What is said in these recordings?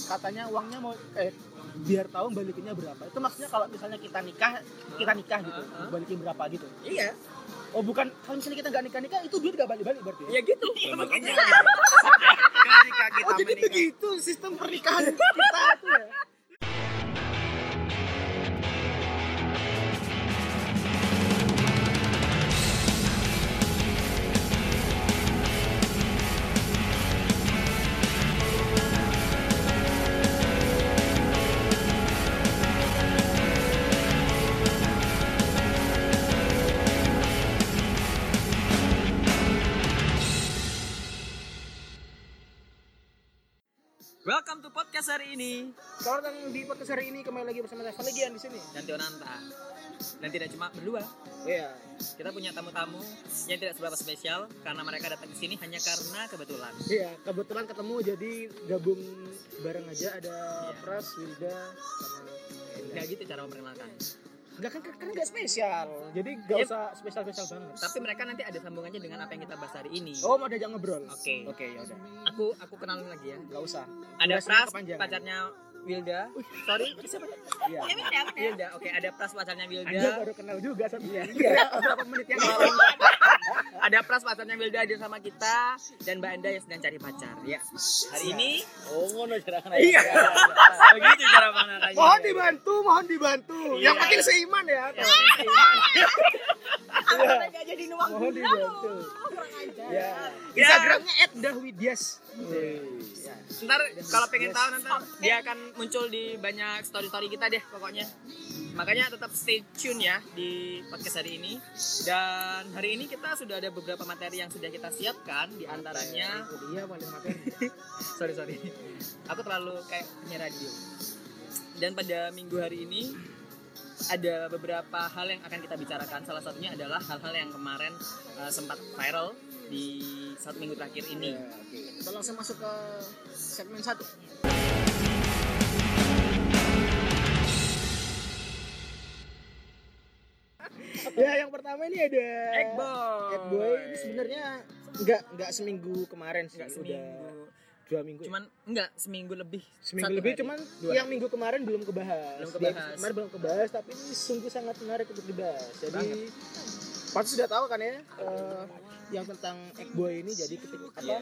katanya uangnya mau biar tahu balikinnya berapa. Itu maksudnya kalau misalnya kita nikah gitu, balikin berapa gitu. Iya. Oh bukan, kalau misalnya kita nggak nikah itu duit nggak balik berarti. Ya gitu. Ya, makanya ketika kita Jadi menikah begitu sistem pernikahan kita itu ya. Welcome to podcast hari ini. Selamat datang di podcast hari ini, kembali lagi bersama saya Valegian di sini. Dan Tionanta. Dan tidak cuma berdua. Iya. Kita punya tamu-tamu yang tidak seberapa spesial karena mereka datang ke sini hanya karena kebetulan. Iya, kebetulan ketemu jadi gabung bareng aja ada Pras, Wilda sama Enggak gitu cara memperkenalkan. Enggak kan enggak spesial. Jadi enggak usah spesial-spesial banget. Tapi mereka nanti ada sambungannya dengan apa yang kita bahas hari ini. Oh, mau diajak ngobrol. Oke. Oke, ya udah. Aku kenalin lagi ya. Enggak usah. Ada Durasinya Pras, kepanjangan. pacarnya Wilda. Sorry, siapa? Iya. Wilda. Oke, ada Pras pacarnya Anda Wilda. baru kenal juga satu. Iya. Beberapa menit yang lalu. Ada Pras pacarnya Wilda hadir sama kita dan Mbak Enda yang sedang cari pacar. Ya. Hari ini ngono cara iya. Begitu cara mengenalkannya. Mohon dibantu. Iya. Yang penting seiman ya. Enggak jadi nuang Mohon gula dibantu. kurang ajar. Ya. Instagramnya @dahwidias. Ntar kalau pengen tahu nanti dia akan muncul di banyak story-story kita deh pokoknya. Makanya tetap stay tune ya di podcast hari ini. Dan hari ini kita sudah ada beberapa materi yang sudah kita siapkan. Di antaranya Iya paling materi. sorry. Aku terlalu kayak penyiar radio. Dan pada minggu hari ini ada beberapa hal yang akan kita bicarakan. Salah satunya adalah hal-hal yang kemarin sempat viral di 1 minggu terakhir ini. Ya, oke. Kita langsung masuk ke segmen 1. Ya, yang pertama ini ada Eggboy. Ini sebenarnya enggak seminggu kemarin sih, Nggak udah seminggu. 2 minggu. Cuman enggak seminggu lebih. Seminggu Satu lebih, hari. cuman Dua yang minggu kemarin belum kebahas. Belum kebahas. Kemarin belum kebahas, tapi ini sungguh sangat menarik untuk dibahas. Jadi Banget. pasti sudah tahu kan ya, yang tentang Eggboy ini. Jadi ketika Iya.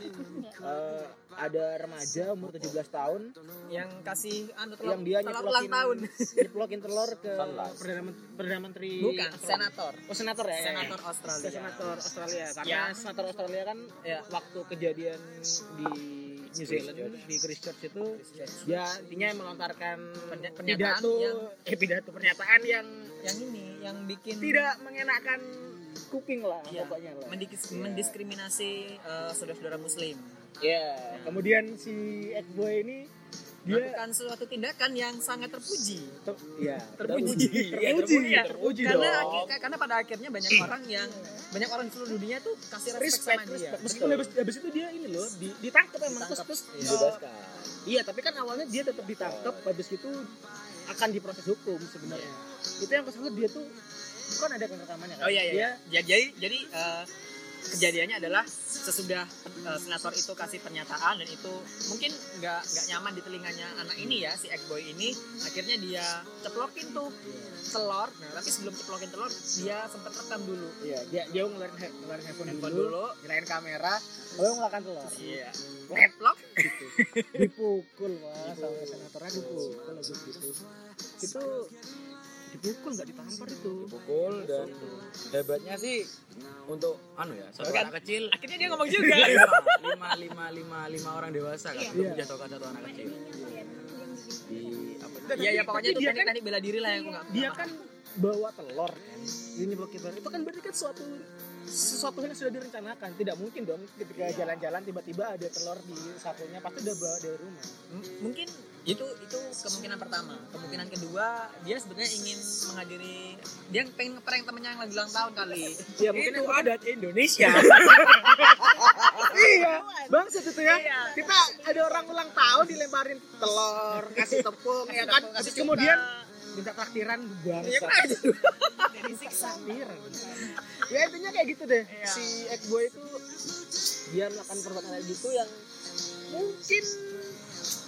ada remaja umur 17 tahun Yang kasih yang dia telur ulang tahun. nyeplokin telur ke Sunlight. Perdana Menteri Bukan, Australia. senator. Oh, senator ya. Senator Ke Australia. senator Australia karena Ya. senator Australia kan Ya. waktu kejadian di New Zealand di Christchurch itu dia intinya melontarkan Pernyataan pernyataan yang yang ini yang bikin tidak mengenakan kuping lah Iya, pokoknya lah. mendiskriminasi saudara-saudara muslim. Ya, kemudian si Eggboy ini dia Melakukan suatu tindakan yang sangat terpuji. terpuji Terpuji karena dong. karena pada akhirnya banyak orang di seluruh dunia tuh kasih respect sama dia. Meskipun habis itu dia ini loh ditangkap emang terus Iya. dibebaskan. iya, tapi kan awalnya dia tetap ditangkap, habis itu akan diproses hukum sebenarnya. Itu yang kesalahan dia tuh kan ada kan rekamannya kan. Oh iya. Jadi kejadiannya adalah sesudah senator itu kasih pernyataan dan itu mungkin nggak nyaman di telinganya anak ini ya, si Eggboy ini, akhirnya dia ceplokin tuh telur. Nah, tapi sebelum ceplokin telur dia sempat rekam dulu. Iya, dia ngeluarin handphone Handphone dulu, dulu. nyalain kamera, lalu ngelakkan telur. Iya. Leplok. Gitu. Dipukul Mas, sama senatornya dipukul habis gitu. Itu dipukul nggak ditampar itu. Pukul dan hebatnya sih untuk satu Kan? anak kecil Akhirnya dia ngomong juga. lima orang dewasa kan Iya. untuk menjatuhkan satu anak kecil di apa Iya pokoknya itu dia kan- teknik bela diri lah yang aku nggak. Dia kan bawa telur kan, dia nyeblokin telur itu kan berarti kan sesuatu yang sudah direncanakan. Tidak mungkin dong ketika jalan-jalan tiba-tiba ada telur di sakunya, pasti udah bawa dari rumah. Mungkin itu kemungkinan pertama. Kemungkinan kedua dia sebenarnya ingin menghadiri, dia pengen ngeprank temennya yang lagi ulang tahun kali. Ya mungkin itu adat Indonesia. iya, bangsat itu ya. Iya. Kita ada orang ulang tahun dilemparin telur, kasih tepung, ya kan. Kasih Habis kemudian cuka. minta traktiran Iya bangsat. kan? Jadi siksa. Ya intinya kayak gitu deh. Iya. Si Eggboy itu dia melakukan perbuatan kayak gitu yang mungkin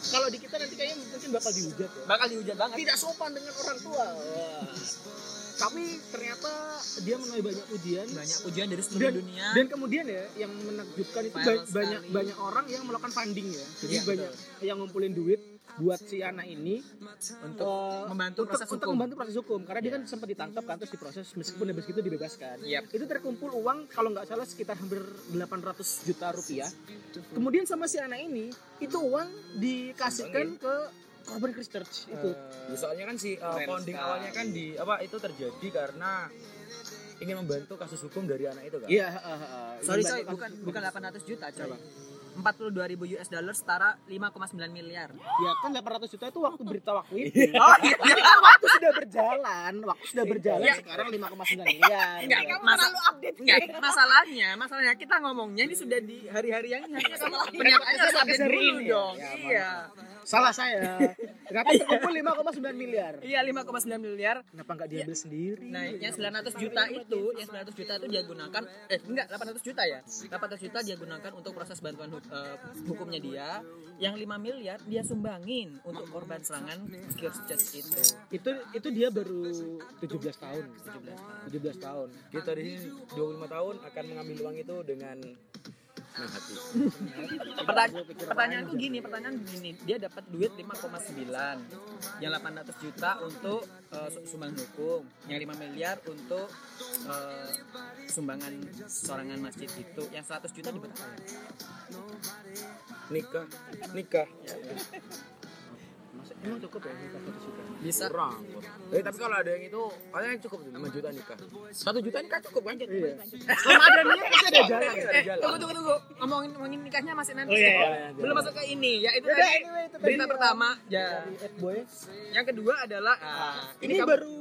kalau di kita nanti kayaknya mungkin bakal dihujat ya. Bakal dihujat banget. Tidak sopan dengan orang tua. Wah. Tapi ternyata dia menuai banyak pujian. Banyak pujian dari seluruh dunia. Dan kemudian ya yang menakjubkan itu Viral banyak sekali. banyak orang yang melakukan funding ya. Jadi Iya, banyak yang ngumpulin duit buat si anak ini untuk membantu untuk proses hukum. membantu proses hukum karena dia kan sempat ditangkap kan terus diproses meskipun habis itu dibebaskan. Yep. Itu terkumpul uang kalau nggak salah sekitar hampir 800 juta rupiah. Kemudian sama si anak ini itu uang dikasihkan ke korban Christchurch itu. Ya, soalnya kan si founding sekali. awalnya kan di itu terjadi karena ingin membantu kasus hukum dari anak itu kan. Iya, Sorry ini coy, banyak bukan kasus- 800 juta coy. 42.000 US dollar setara 5,9 miliar. Ya kan 800 juta itu waktu berita waktu itu. Oh iya. waktu sudah berjalan Iya. sekarang 5,9 miliar. Enggak, Ya. Kamu Masa- terlalu update. Enggak, masalahnya kita ngomongnya ini sudah di hari-hari yang ini. Penyampaian harus update dulu dulu ya? dong. Ya, Iya. Salah saya. Ternyata terkumpul 5,9 miliar. Iya, 5,9 miliar. Kenapa nggak diambil sendiri? Nah, yang 900 juta itu dia gunakan 800 juta ya. 800 juta dia gunakan untuk proses bantuan hukumnya dia. Yang 5 miliar dia sumbangin untuk korban serangan Christchurch itu. Itu dia baru 17 tahun. 17 tahun. 17 tahun. Kita di sini 25 tahun akan mengambil uang itu dengan senang hati. Pertanyaan gini, dia dapat duit 5,9. Yang 800 juta untuk sumbangan hukum, yang 5 miliar untuk sumbangan sorangan masjid itu. Yang 100 juta dibuat apa ya? Nikah. Masa emang cukup ya nikah 1 juta? Bisa. Kurang. Tapi kalau ada yang itu, kayaknya cukup 5 juta nikah. 1 juta nikah cukup kan? Iya. Selama ada niat pasti ada jalan. Tunggu. Ngomongin nikahnya masih nanti. Oh, iya. Belum masuk ke ini. Ya itu Udah, tadi anyway, itu tadi berita ya. pertama. Ya. Dari Ed Boy. Yang kedua adalah Ini kamu- baru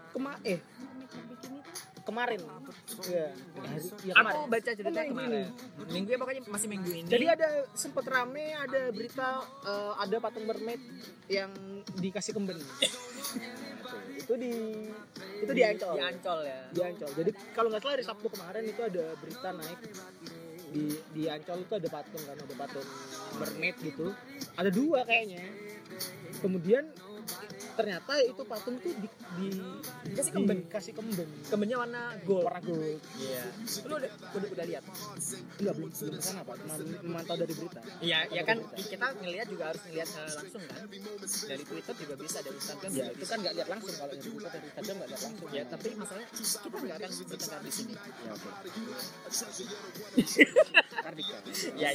kemarin. Iya. aku baca ceritanya kemarin. Minggu ya pokoknya masih minggu ini. Jadi ada sempet rame ada berita ada patung mermaid yang dikasih kemben. itu di Ancol. Di Ancol ya. Di Ancol. Jadi kalau nggak salah hari Sabtu kemarin itu ada berita naik di Ancol itu ada patung kan, ada patung mermaid gitu. Ada 2 kayaknya. Kemudian ternyata itu patung tuh Dikasih kemben. dikasih kemben. Kembennya warna gold. Warna gold. Iya. Lu udah lihat? Enggak belum kesana Pak, cuma memantau dari berita. Iya, ya kan kita ngelihat juga harus ngelihat langsung kan. Dari Twitter juga bisa, dari Instagram Ya, juga itu bisa. kan nggak lihat langsung kalau yang berita dari Instagram nggak lihat langsung. Ya, tapi masalahnya kita nggak akan bertengkar di sini. Ya, oke. Kardika. Ya.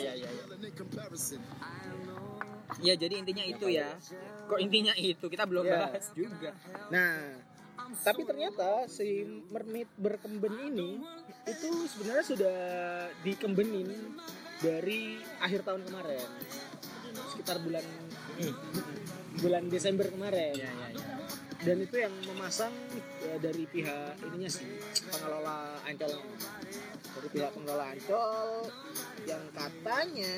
Ya, jadi intinya itu ya. Kok intinya itu? Kita belum Ya. bahas juga. Nah, tapi ternyata si mermaid berkemben ini itu sebenarnya sudah dikembenin dari akhir tahun kemarin, sekitar bulan Desember kemarin. Ya. Dan itu yang memasang dari pihak ininya sih, pengelola Ancol. Dari pihak pengelola Ancol yang katanya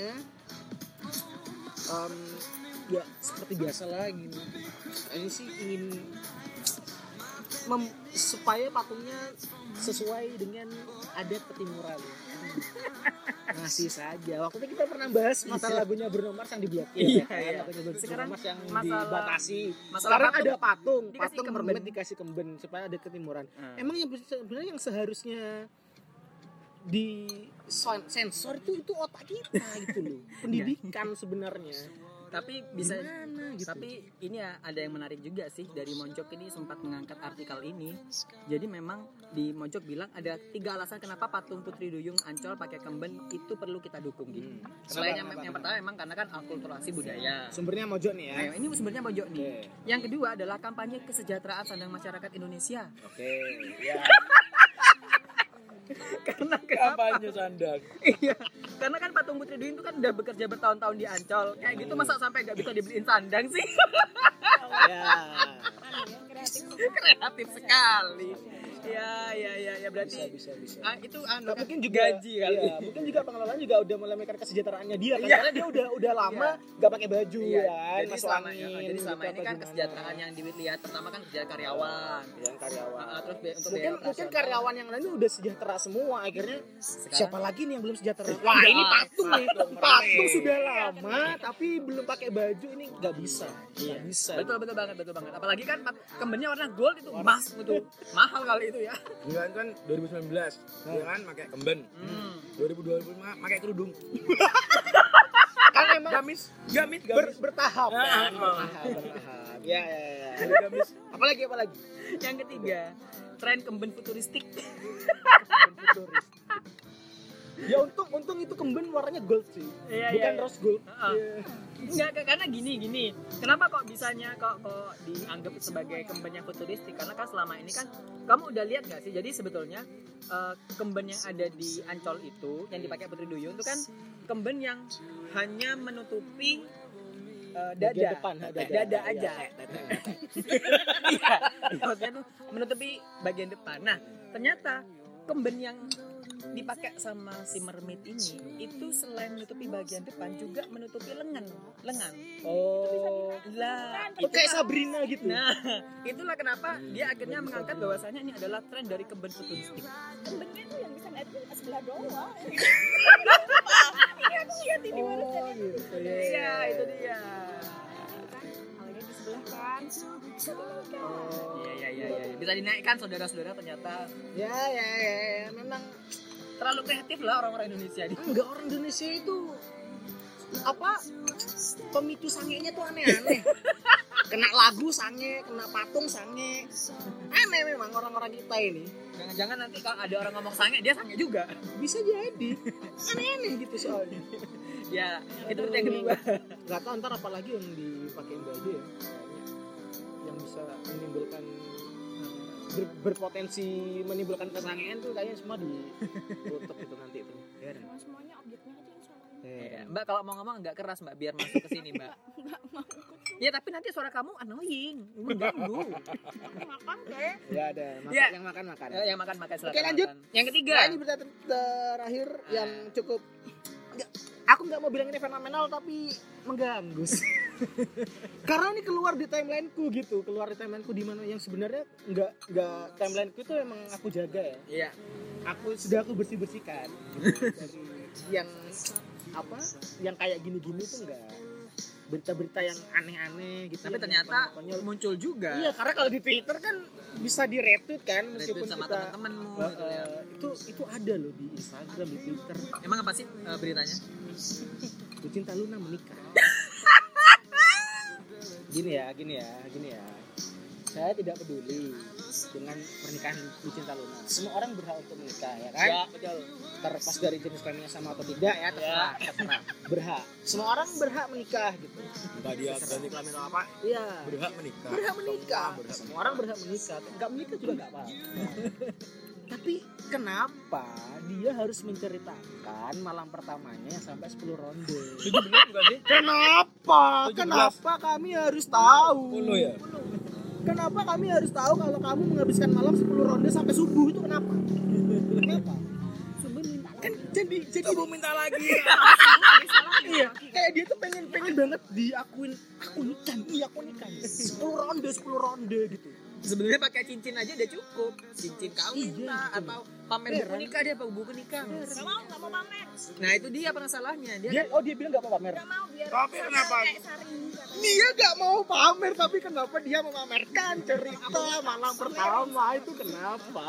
ya seperti biasa lagi. Ini sih ingin supaya patungnya sesuai dengan adat ketimuran. Ngasih saja. Waktu itu kita pernah bahas masalah lagunya Bruno Mars yang diblokir. Iya, kan? iya. Lagunya Bruno Sekarang Mars yang masalah- dibatasi. masalah Sekarang patung ada patung dikasih kemben. mermaid dikasih kemben supaya ada ketimuran. Emang yang sebenarnya yang seharusnya di sensor itu otak kita gitu loh. Pendidikan sebenarnya. Tapi bisa Gimana gitu? Tapi ini ya ada yang menarik juga sih, dari Monjok ini sempat mengangkat artikel ini. Jadi memang di Monjok bilang ada 3 alasan kenapa patung Putri Duyung Ancol pakai kemben itu perlu kita dukung gitu. Selain yang pertama memang karena kan akulturasi budaya. Sumbernya Mojo nih ya. Nah, ini sebenarnya Monjok nih. Oke. Yang kedua adalah kampanye kesejahteraan sandang masyarakat Indonesia. Oke. Ya. Karena kenapa? Kampanye sandang. Iya, karena kan patung Putri Duyung itu kan udah bekerja bertahun-tahun di Ancol. Kayak gitu masa sampai nggak bisa dibeliin sandang sih? Ya. Kreatif sekali. Ya berarti bisa. itu Mungkin juga gaji kali. iya, mungkin juga pengelolaan juga udah memikirkan kesejahteraannya dia kan. Iya. Karena dia udah lama nggak pakai baju Iya, kan, jadi masuk selama, angin. jadi selama gitu, ini apa kan gimana. kesejahteraan yang dilihat pertama kan kesejahteraan karyawan. Yang karyawan. Terus untuk Mungkin biaya operasional. karyawan yang lain udah sejahtera semua akhirnya. Sekarang- Siapa lagi nih yang belum sejahtera? Wah, ini patung nih. Patung sudah lama tapi belum pakai baju, ini nggak bisa. Nggak bisa. Betul banget. Apalagi kan kembennya warna gold itu emas itu. Mahal kali itu ya. Bulan kan 2019, dia kan pakai kemben. 2025 pakai kerudung. Kan emang Gamis. bertahap. Ah, Kan? ah. Bertahap. Ya. Gamis. Apalagi? Yang ketiga, tren kemben futuristik. Futuris. Ya untung itu kemben warnanya gold sih. Bukan rose gold. Enggak, karena gini. Kenapa kok bisanya kok dianggap sebagai kemben yang futuristik? Karena kan selama ini kan kamu udah lihat gak sih? Jadi sebetulnya kemben yang ada di Ancol itu yang dipakai Putri Duyung itu kan kemben yang hanya menutupi dada depan, dada aja. Iya, maksudnya tuh menutupi bagian depan. Nah, ternyata kemben yang dipakai sama si mermaid ini itu selain menutupi bagian depan juga menutupi lengan. Oh. Lah, Kayak Sabrina gitu. nah, itulah kenapa dia akhirnya mengangkat bahwasanya ini adalah tren dari kemben futuristik. Kembennya tuh yang bisa ngeliat tuh sebelah doang. Iya aku lihat ini baru Oh gitu ya. Iya, itu dia. kalau dia di sebelah kan. Iya. Bisa dinaikkan saudara-saudara ternyata Ya. Memang terlalu kreatif lah orang-orang Indonesia ini. enggak, orang Indonesia itu apa pemicu sangenya tuh aneh-aneh. Kena lagu sange, kena patung sange. Aneh memang orang-orang kita ini. Jangan-jangan nanti kalau ada orang ngomong sange, dia sange juga. Bisa jadi. Aneh-aneh gitu soalnya. Ya, itu yang kedua. Gak tau ntar apalagi yang dipakai baju ya. Yang bisa menimbulkan berpotensi menimbulkan kesangean tuh kayaknya semua ditutup itu nanti itu. Ya, Emang semuanya objeknya aja yang salah. Ya, Mbak kalau mau ngomong agak keras Mbak, biar masuk ke sini Mbak. Ya tapi nanti suara kamu annoying, mengganggu. Makan deh. Ya ada, Ya. yang makan. Yang makan silakan. Oke, lanjut. Makan. Yang ketiga. Nah, ini berita terakhir yang cukup aku nggak mau bilang ini fenomenal tapi mengganggu sih. Karena ini keluar di timelineku di mana yang sebenarnya nggak timelineku itu emang aku jaga ya. Iya. Sudah aku bersihkan dari yang yang kayak gini-gini tuh enggak, berita-berita yang aneh-aneh gitu. Tapi yang ternyata konyol. muncul juga. Iya, karena kalau di Twitter kan bisa di-retweet kan, Retweet meskipun sama kita teman-temanmu gitu ya. itu ada loh di Instagram, di Twitter. Emang apa sih beritanya? Lucinta Luna menikah. Gini ya. Saya tidak peduli dengan pernikahan Lucinta Luna. Semua orang berhak untuk menikah, ya kan? Ya, betul. Terlepas dari jenis kelaminnya sama atau tidak ya, terserah. Berhak. Semua orang berhak menikah gitu. Entah dia ganti kelamin atau apa, Iya. berhak menikah. Berhak menikah. Berhak. Semua orang berhak menikah. Enggak menikah juga enggak apa-apa. Tapi kenapa dia harus menceritakan malam pertamanya yang sampai 10 ronde? Itu benar bukan sih? Kenapa? 17. Kenapa kami harus tahu? 10 ya? Kenapa kami harus tahu kalau kamu menghabiskan malam 10 ronde sampai subuh itu kenapa? Kenapa? Subuh minta lagi. Kan jadi Kamu minta lagi. iya, kayak dia tuh pengen banget diakuin aku nikah. 10 ronde gitu. Sebenarnya pakai cincin aja udah cukup. Cincin kawin Iya, lah, betul. atau pamer buku nikah, dia apa buku nikah. Gak mau pamer. Nah itu dia masalahnya. Dia Dia bilang enggak mau pamer. Gak mau biar Tapi kenapa? kayak Saring katanya. Dia gak mau pamer, tapi kenapa dia memamerkan cerita malam pertama itu kenapa?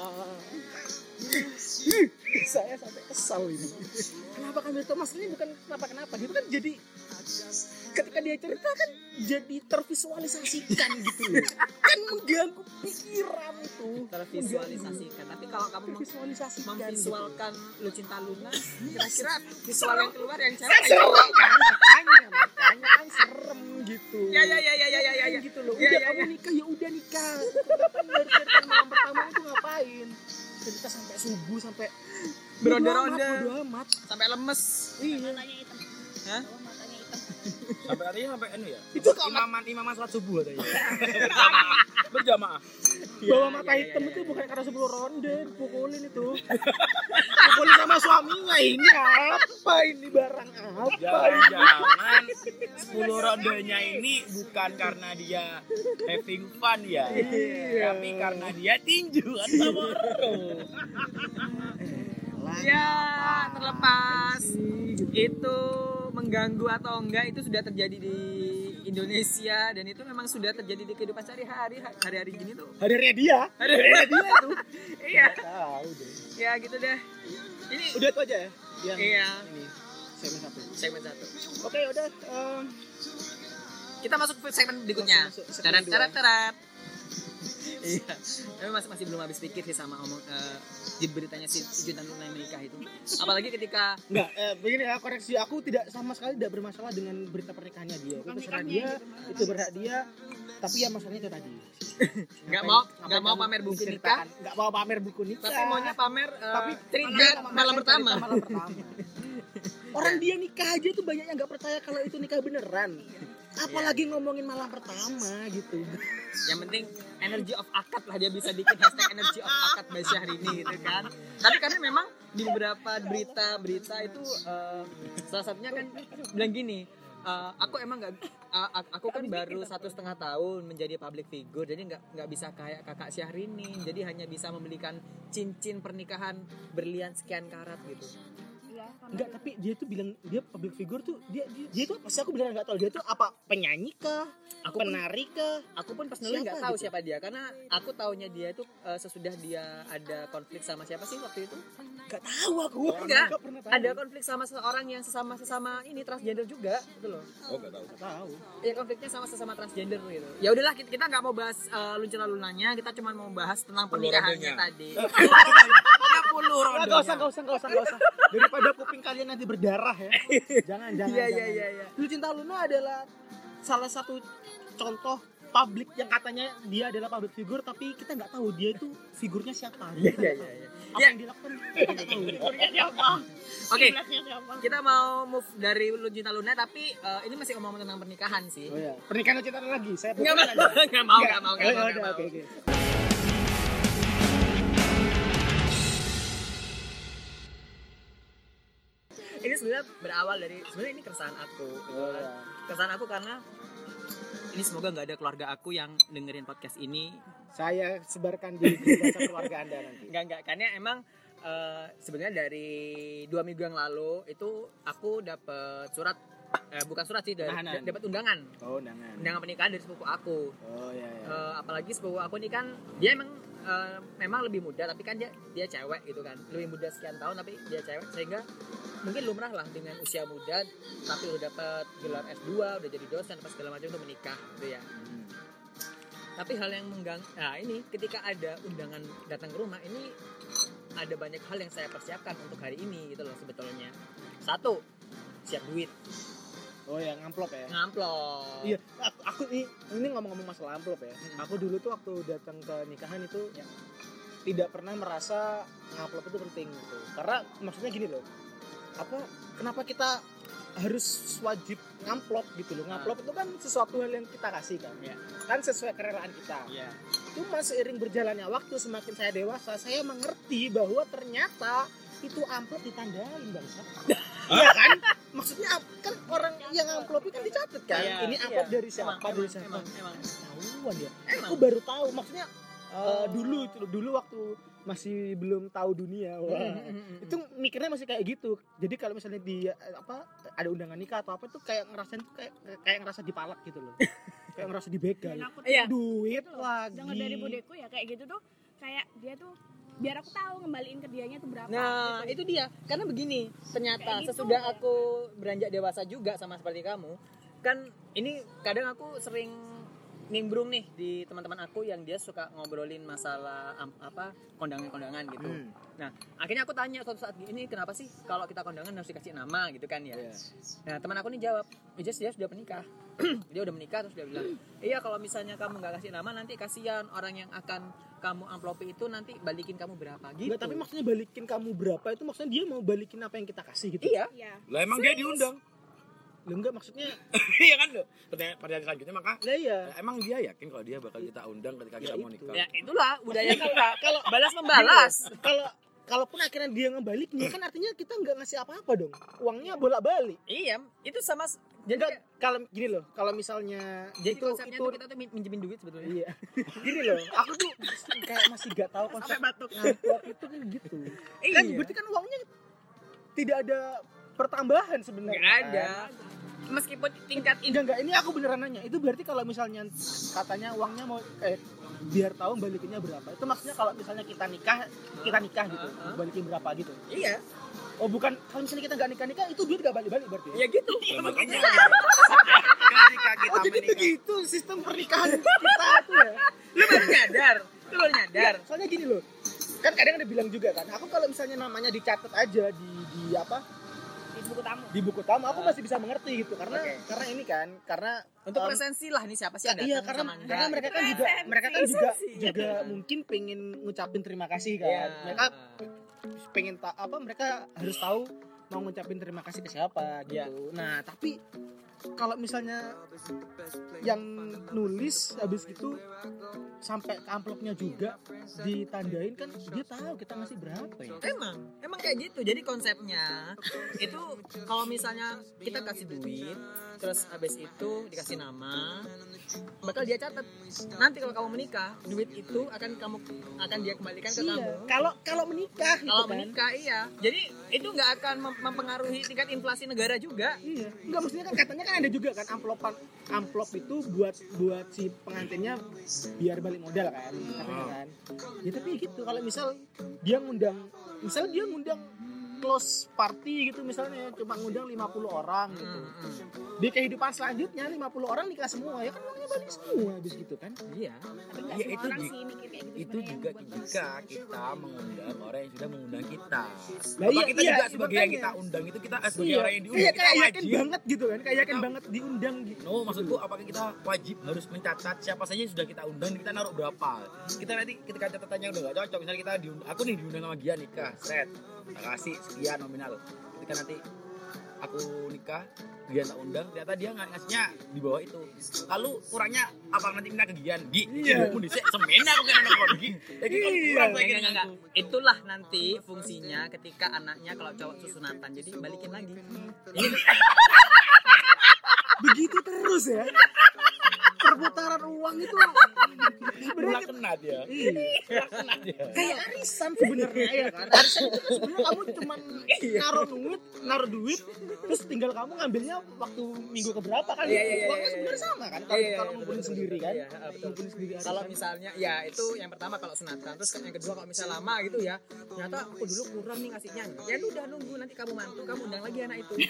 Saya sampai kesal ini. Kenapa kami itu maksudnya bukan kenapa dia kan jadi ketika dia cerita kan jadi tervisualisasikan gitu loh. Kan mengganggu pikiran tuh. tervisualisasikan. Tapi kalau kamu Tervisualisasikan memvisualkan Lucinta Luna, kira-kira visual yang keluar yang cewek kan serem kan, makanya kan serem gitu. Ya. Gitu loh. Ya, Udah ya, kamu ya. nikah ya udah nikah. Ngapain dari cerita malam pertama itu ngapain? Cerita sampai subuh sampai Beronde-ronde. bodo amat. sampai lemes. Iya. Matanya hitam. Hah? Oh, matanya hitam. Sampai katanya sampai ya. Itu imaman sholat subuh katanya. Berjamaah. bawa mata hitam itu bukan karena 10 ronde, pukulin itu. Pukulin sama suaminya, ini apa ini barang apa? Jangan-jangan 10 rondenya ini bukan karena dia having fun ya, tapi karena dia tinju atau Ya, terlepas itu mengganggu atau enggak itu sudah terjadi di Indonesia dan itu memang sudah terjadi di kehidupan hari-hari gini tuh. Hari-hari dia tuh. Iya. Tahu deh. Ya gitu deh. Ini Udah itu aja ya. Yang Iya. Ini segmen 1. segmen 1. Oke, udah. Kita masuk ke segmen berikutnya. Masuk segmen Tarat. Iya. Tapi masih belum habis pikir sih sama di beritanya si Juntan Luna yang menikah itu. Apalagi ketika Enggak, begini ya, koreksi, aku tidak sama sekali tidak bermasalah dengan berita pernikahannya dia. Itu terserah dia, itu berhak dia. Tapi ya masalahnya itu tadi. nggak mau pamer buku nikah, Enggak mau pamer buku nikah. tapi maunya pamer Tapi treatment malam pertama. Orang dia nikah aja tuh banyak yang nggak percaya kalau itu nikah beneran. Apalagi ngomongin malam pertama gitu. Yang penting energy of akad lah, dia bisa bikin hashtag energy of akad by Syahrini gitu kan. Tapi karena memang di beberapa berita itu salah satunya kan bilang gini, aku emang aku kan baru 1,5 tahun menjadi public figure, jadi nggak bisa kayak kakak Syahrini, jadi hanya bisa membelikan cincin pernikahan berlian sekian karat gitu. Enggak, tapi dia tuh bilang dia public figure tuh dia tuh pasti aku beneran nggak tahu dia tuh apa penyanyi kah, penari kah. Aku pun personally nggak tahu gitu? siapa dia, karena aku taunya dia itu sesudah dia ada konflik sama siapa sih waktu itu? Nggak tahu aku. Enggak, Nggak pernah tahu. ada konflik sama seseorang yang sesama ini transgender juga gitu loh. Oh, enggak tahu. Nggak tahu. Ya konfliknya sama sesama transgender gitu. Ya udahlah, kita nggak mau bahas luncur lunanya, kita cuma mau bahas tentang pernikahannya tadi. Nggak usah. Daripada kuping kalian nanti berdarah ya. Jangan. Iya. Lu Cinta Luna adalah salah satu contoh publik yang katanya dia adalah public figure, tapi kita nggak tahu dia itu figurnya siapa. Iya. Apa yang dilakukan kita nggak tahu. Oke, kita mau move dari Lu Cinta Luna, tapi ini masih ngomong tentang pernikahan sih. Oh iya. Pernikahan Lu Cinta Luna lagi. Saya Nggak mau. Oke. Ini sebenarnya berawal dari ini keresahan aku. Oh, iya. Keresahan aku karena ini semoga nggak ada keluarga aku yang dengerin podcast ini. Saya sebarkan di grup WhatsApp keluarga Anda nanti. Enggak, karena emang sebenarnya dari 2 minggu yang lalu itu aku dapat surat, bukan surat sih, dapat undangan. Oh, undangan. Undangan pernikahan dari sepupu aku. Oh iya. Apalagi sepupu aku ini kan dia memang lebih muda, tapi kan dia cewek gitu kan, lebih muda sekian tahun tapi dia cewek, sehingga mungkin lumrah lah dengan usia muda tapi udah dapat gelar S2, udah jadi dosen apa segala macam untuk menikah gitu ya. Tapi hal yang ini ketika ada undangan datang ke rumah ini, ada banyak hal yang saya persiapkan untuk hari ini gitu loh sebetulnya. 1, siap duit. Oh ya, ngamplop ya. Ngamplop. Iya, aku ini ngomong-ngomong masalah amplop ya. Aku dulu tuh waktu datang ke nikahan itu tidak pernah merasa ngamplop itu penting gitu. Karena maksudnya gini loh. Kenapa kita harus wajib ngamplop gitu loh. Ngamplop itu kan sesuatu hal yang kita kasih kan. Ya. Kan sesuai kerelaan kita. Iya. Cuma seiring berjalannya waktu, semakin saya dewasa, saya mengerti bahwa ternyata itu amplop ditandain bangsa. Iya kan? Maksudnya kan orang yang amplop kan dicatat kan. Iya, Ini amplop iya. dari siapa, dari siapa. Emang. Tahuan ya. Emang. Aku baru tahu. Maksudnya dulu waktu masih belum tahu dunia. Wah. Itu mikirnya masih kayak gitu. Jadi kalau misalnya ada undangan nikah atau apa tuh kayak ngerasain tuh kayak ngerasa dipalak gitu loh. Kayak ngerasa dibegal. Dan aku Iya. Duit gitu loh. lagi. Dengar dari budeku ya kayak gitu tuh, kayak dia tuh biar aku tahu ngembaliin ke dianya tuh berapa. Nah, gitu. itu dia. Karena begini, ternyata Kayak gitu. sesudah aku beranjak dewasa juga sama seperti kamu, kan ini kadang aku sering nimbrung nih di teman-teman aku yang dia suka ngobrolin masalah kondangan-kondangan gitu. Nah, akhirnya aku tanya suatu saat ini, kenapa sih kalau kita kondangan harus dikasih nama gitu kan ya? Iya. Nah, teman aku nih jawab, dia sudah menikah. Dia udah menikah terus dia bilang, iya kalau misalnya kamu nggak kasih nama nanti kasihan orang yang akan kamu amplopi itu nanti balikin kamu berapa gitu. Enggak, tapi maksudnya balikin kamu berapa itu maksudnya dia mau balikin apa yang kita kasih gitu. Iya. Iya. Lah emang dia diundang. Loh enggak maksudnya. Iya kan lo. Pertanyaan selanjutnya maka Lah iya. emang dia yakin kalau dia bakal kita undang ketika kita mau nikah? Ya itulah budaya kita. Kalau balas membalas. Kalaupun akhirnya dia ngebalikin kan artinya kita nggak ngasih apa-apa dong. Uangnya bolak-balik. Iya, itu sama jadi Enggak, kalau gini loh, kalau misalnya jadi konsepnya tuh kita tuh minjemin duit sebetulnya. iya. Gini loh, aku tuh kayak masih gak tahu konsep batuk. ngamplop itu kan gitu. Iya. Kan berarti kan uangnya tidak ada pertambahan sebenarnya. Enggak kan? ada. Meskipun tingkat Enggak, ini aku beneran nanya. Itu berarti kalau misalnya katanya uangnya mau biar tahu balikinnya berapa. Itu maksudnya kalau misalnya kita nikah gitu, balikin berapa gitu. iya. Oh bukan, kalau misalnya kita nggak nikah itu duit nggak balik-balik berarti. Ya gitu. Ya, makanya ketika kita Oh jadi menikah begitu sistem pernikahan kita tuh ya. Lu baru nyadar. Soalnya gini loh, kan kadang ada bilang juga kan, aku kalau misalnya namanya dicatat aja di apa Di buku tamu. di buku tamu, aku masih bisa mengerti gitu karena Oke. karena ini kan karena Untuk presensi lah nih siapa sih yang iya datang sama karena enggak. mereka kan juga mungkin pengen ngucapin terima kasih kan. Iya. Mereka pengen mereka harus tahu mau ngucapin terima kasih ke siapa gitu. Iya. Nah, tapi kalau misalnya yang nulis habis itu sampai ke amplopnya juga ditandain kan dia tahu kita ngasih berapa ya. Emang kayak gitu. Jadi konsepnya itu kalau misalnya kita kasih duit terus habis itu dikasih nama, bakal dia catat. Nanti kalau kamu menikah, duit itu akan dia kembalikan ke kamu. Kalau menikah Kalau gitu kan. menikah iya. Jadi itu nggak akan mempengaruhi tingkat inflasi negara juga. Iya. Enggak maksudnya kan katanya kan ada juga kan amplop itu buat si pengantinnya biar balik modal kan katanya kan. Ya tapi gitu kalau misal dia ngundang close party gitu misalnya cuma ngundang 50 orang gitu. Di kehidupan selanjutnya 50 orang nikah semua ya kan uangnya balik semua habis gitu kan. Iya. Tapi nggak Ya, semua itu orang di- sih mikir kayak gitu itu sebenarnya. juga ketika kita mengundang orang yang sudah mengundang kita. Lah Apa iya, kita iya, juga sebagai yang makanya. kita undang itu kita sebagai Iya. orang yang diundang Kayak kita yakin wajib. banget gitu kan. Kayak yakin banget diundang gitu. No, maksudku apakah kita wajib harus mencatat siapa saja yang sudah kita undang, kita naruh berapa. Kita nanti ketika catatannya udah gak cocok, misalnya kita aku nih diundang sama Gian nikah, set, tak kasih sekian nominal. Ketika nanti aku nikah, Gian tak undang, ternyata dia ngasihnya di bawah itu. Lalu kurangnya apa nanti minta ke Gian? Iya. Aku dhisik semena aku kena nongkrong Gi. Ya gitu kurang saya kira Enggak. Itulah nanti fungsinya ketika anaknya kalau cowok susunatan. Jadi balikin lagi. Begitu terus ya. Perputaran uang itu sebenarnya kena dia. iya. Kena dia. Kayak arisan sebenarnya ya kan. Arisan itu kan sebenarnya kamu cuma naruh duit terus tinggal kamu ngambilnya waktu minggu keberapa kan. Iya, Uangnya sebenarnya sama kan kalau ngumpulin sendiri kan. Iya, betul. Ngumpulin sendiri Kalau arisan. misalnya ya itu yang pertama kalau sunatan, terus yang kedua kalau misalnya lama gitu ya, ternyata aku dulu kurang nih ngasihnya. Ya lu udah nunggu nanti kamu mantu, kamu undang lagi anak itu.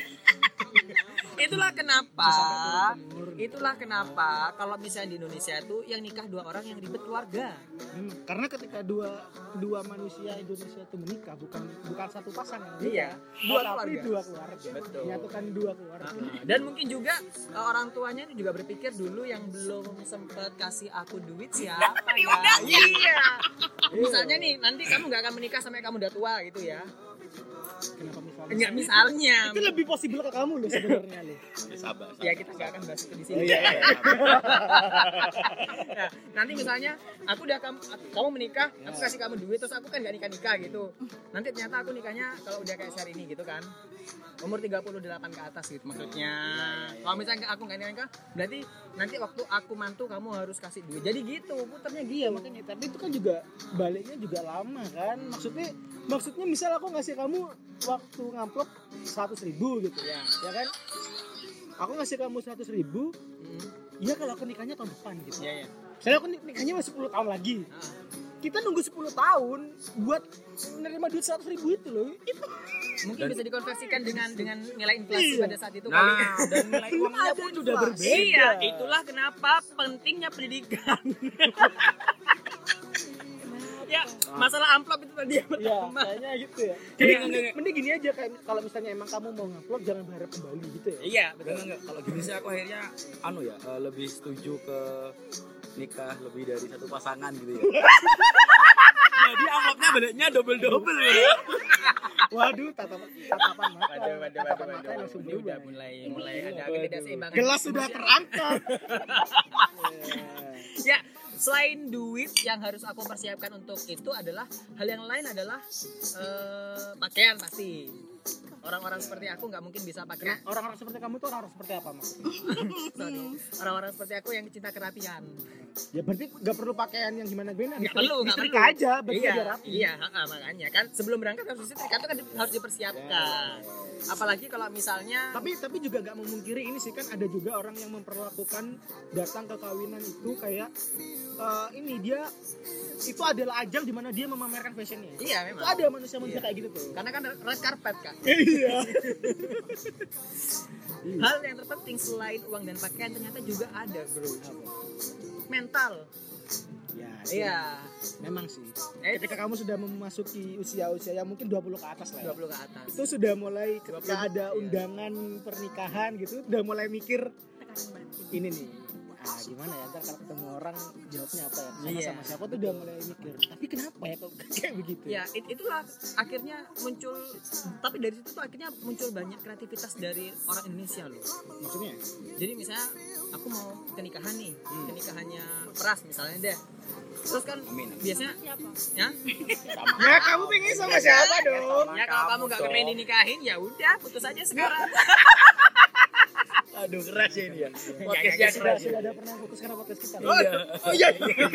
Itulah kenapa kalau misalnya di Indonesia itu yang nikah 2 orang yang ribet keluarga. Karena ketika dua manusia Indonesia itu menikah bukan satu pasangan. Iya, Dua dua tapi keluarga. dua keluarga. Betul. Menyatukan dua keluarga. Dan mungkin juga orang tuanya ini juga berpikir dulu yang belum sempet kasih aku duit siapa ya? Iya. Misalnya nih nanti kamu nggak akan menikah sampai kamu udah tua gitu ya. Kenapa misalnya? Enggak misalnya. Itu lebih possible ke kamu loh sebenarnya loh. Ya, sabar. Ya kita nggak akan bahas itu di sini. Iya. Nah, nanti misalnya aku udah kamu menikah, aku kasih kamu duit terus aku kan nggak nikah gitu. Nanti ternyata aku nikahnya kalau udah kayak sehari ini gitu kan. Umur 38 ke atas gitu maksudnya. Kalau misalnya aku nggak nikah, berarti nanti waktu aku mantu kamu harus kasih duit. Jadi gitu, putarnya Iya makanya. Tapi itu kan juga baliknya juga lama kan. Maksudnya misal aku ngasih kamu waktu ngamplop 100.000 gitu ya kan. Aku ngasih kamu 100.000. Iya kalau aku nikahnya tahun depan gitu. Iya. Saya aku nikahnya masih 10 tahun lagi. Kita nunggu 10 tahun buat menerima duit 100.000 itu loh. Itu Mungkin bisa dikonversikan dengan nilai inflasi Iya. pada saat itu kali. Nah, dan nilai uangnya pun sudah berbeda. Iya, itulah kenapa pentingnya pendidikan. Ya, masalah amplop itu tadi yang ya pertama. kayaknya gitu ya. Jadi Mending gini aja kayak kalau misalnya emang kamu mau ngamplop jangan berharap kembali gitu ya. Iya, Enggak, enggak. Kalau gini sih aku akhirnya lebih setuju ke nikah lebih dari satu pasangan gitu ya. Jadi amplopnya baliknya double ya. Waduh, tatapan mata. Tatapan mata Waduh. langsung Ini udah berubah. mulai ada Waduh. ketidakseimbangan. Gelas sudah terangkat. Ya, selain duit yang harus aku persiapkan untuk itu adalah hal yang lain adalah pakaian pasti. Orang-orang seperti aku nggak mungkin bisa pakai. Orang-orang seperti kamu tuh orang-orang seperti apa maksudnya? Sorry. Orang-orang seperti aku yang cinta kerapian. Ya berarti nggak perlu pakaian yang gimana-gimana. Nggak perlu. Disetrika aja, berarti Iya, biar rapi. iya, makanya kan sebelum berangkat harus disetrika itu kan harus dipersiapkan. Apalagi kalau misalnya Tapi juga nggak memungkiri ini sih, kan ada juga orang yang memperlakukan datang ke kawinan itu kayak ini dia itu adalah ajang di mana dia memamerkan fashionnya. iya Itu memang. ada manusia-manusia kayak gitu tuh. Karena kan red carpet Kak. Iya. Hal yang terpenting selain uang dan pakaian ternyata juga ada, Bro. Mental. Ya, Iya. memang sih. Eh, Ketika kamu sudah memasuki usia-usia yang mungkin 20 ke atas lah ya. 20 ke atas. Itu sudah mulai ketika 20, ada iya. undangan pernikahan gitu, udah mulai mikir Tekanan batin. ini nih. Gimana ya ntar kalau ketemu orang jawabnya apa ya? Sama, Iya. sama siapa tuh udah mulai mikir. Tapi kenapa ya kok kayak begitu? Ya, itulah akhirnya muncul, tapi dari situ tuh akhirnya muncul banyak kreativitas dari orang Indonesia loh. Maksudnya? Jadi misalnya aku mau ke nikahan nih, nikahannya Pras misalnya deh. Terus kan Amin. biasanya Siapa? ya, Ya kamu pengen sama siapa dong? ya kalau kamu nggak kepengen dinikahin ya udah putus aja sekarang. Aduh keras ya ini ya. Podcastnya Podcastnya Sudah, keras ya. sudah ada pernah putus karena podcast kita. Oh iya. Oh iya.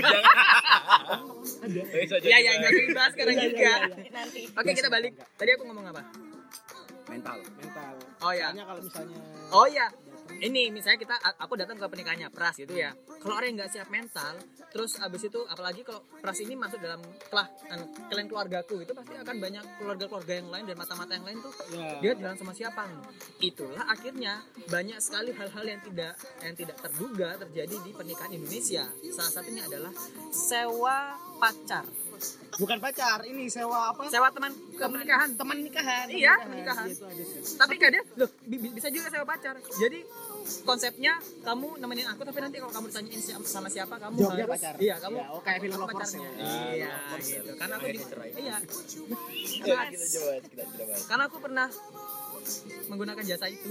Ada. Iya ya nggak usah dibahas sekarang Iya, juga. iya. Nanti. Oke kita balik. Tadi aku ngomong apa? Mental. Mental. Oh ya. Soalnya kalau misalnya Oh ya. Ini misalnya aku datang ke pernikahannya Pras gitu ya. Kalau orang yang nggak siap mental, terus abis itu apalagi kalau Pras ini masuk dalam kalian keluargaku itu pasti akan banyak keluarga-keluarga yang lain dan mata-mata yang lain tuh ya, dia jalan sama siapa. Itulah akhirnya banyak sekali hal-hal yang tidak terduga terjadi di pernikahan Indonesia. Salah satunya adalah sewa pacar, bukan pacar, ini sewa apa? sewa teman ke pernikahan. Teman nikahan. Iya, teman nikahan. Iya, itu ada sih. Tapi kadang loh bisa juga sewa pacar. Jadi konsepnya kamu nemenin aku tapi nanti kalau kamu ditanyain sama siapa kamu Jawabnya harus pacar. iya kamu Ya, oh, kayak film kamu Lovers pacarnya. ya. Iya Lovers ya. gitu. Karena aku Akhirnya cerai. iya Kita coba kita bahas. karena aku pernah menggunakan jasa itu.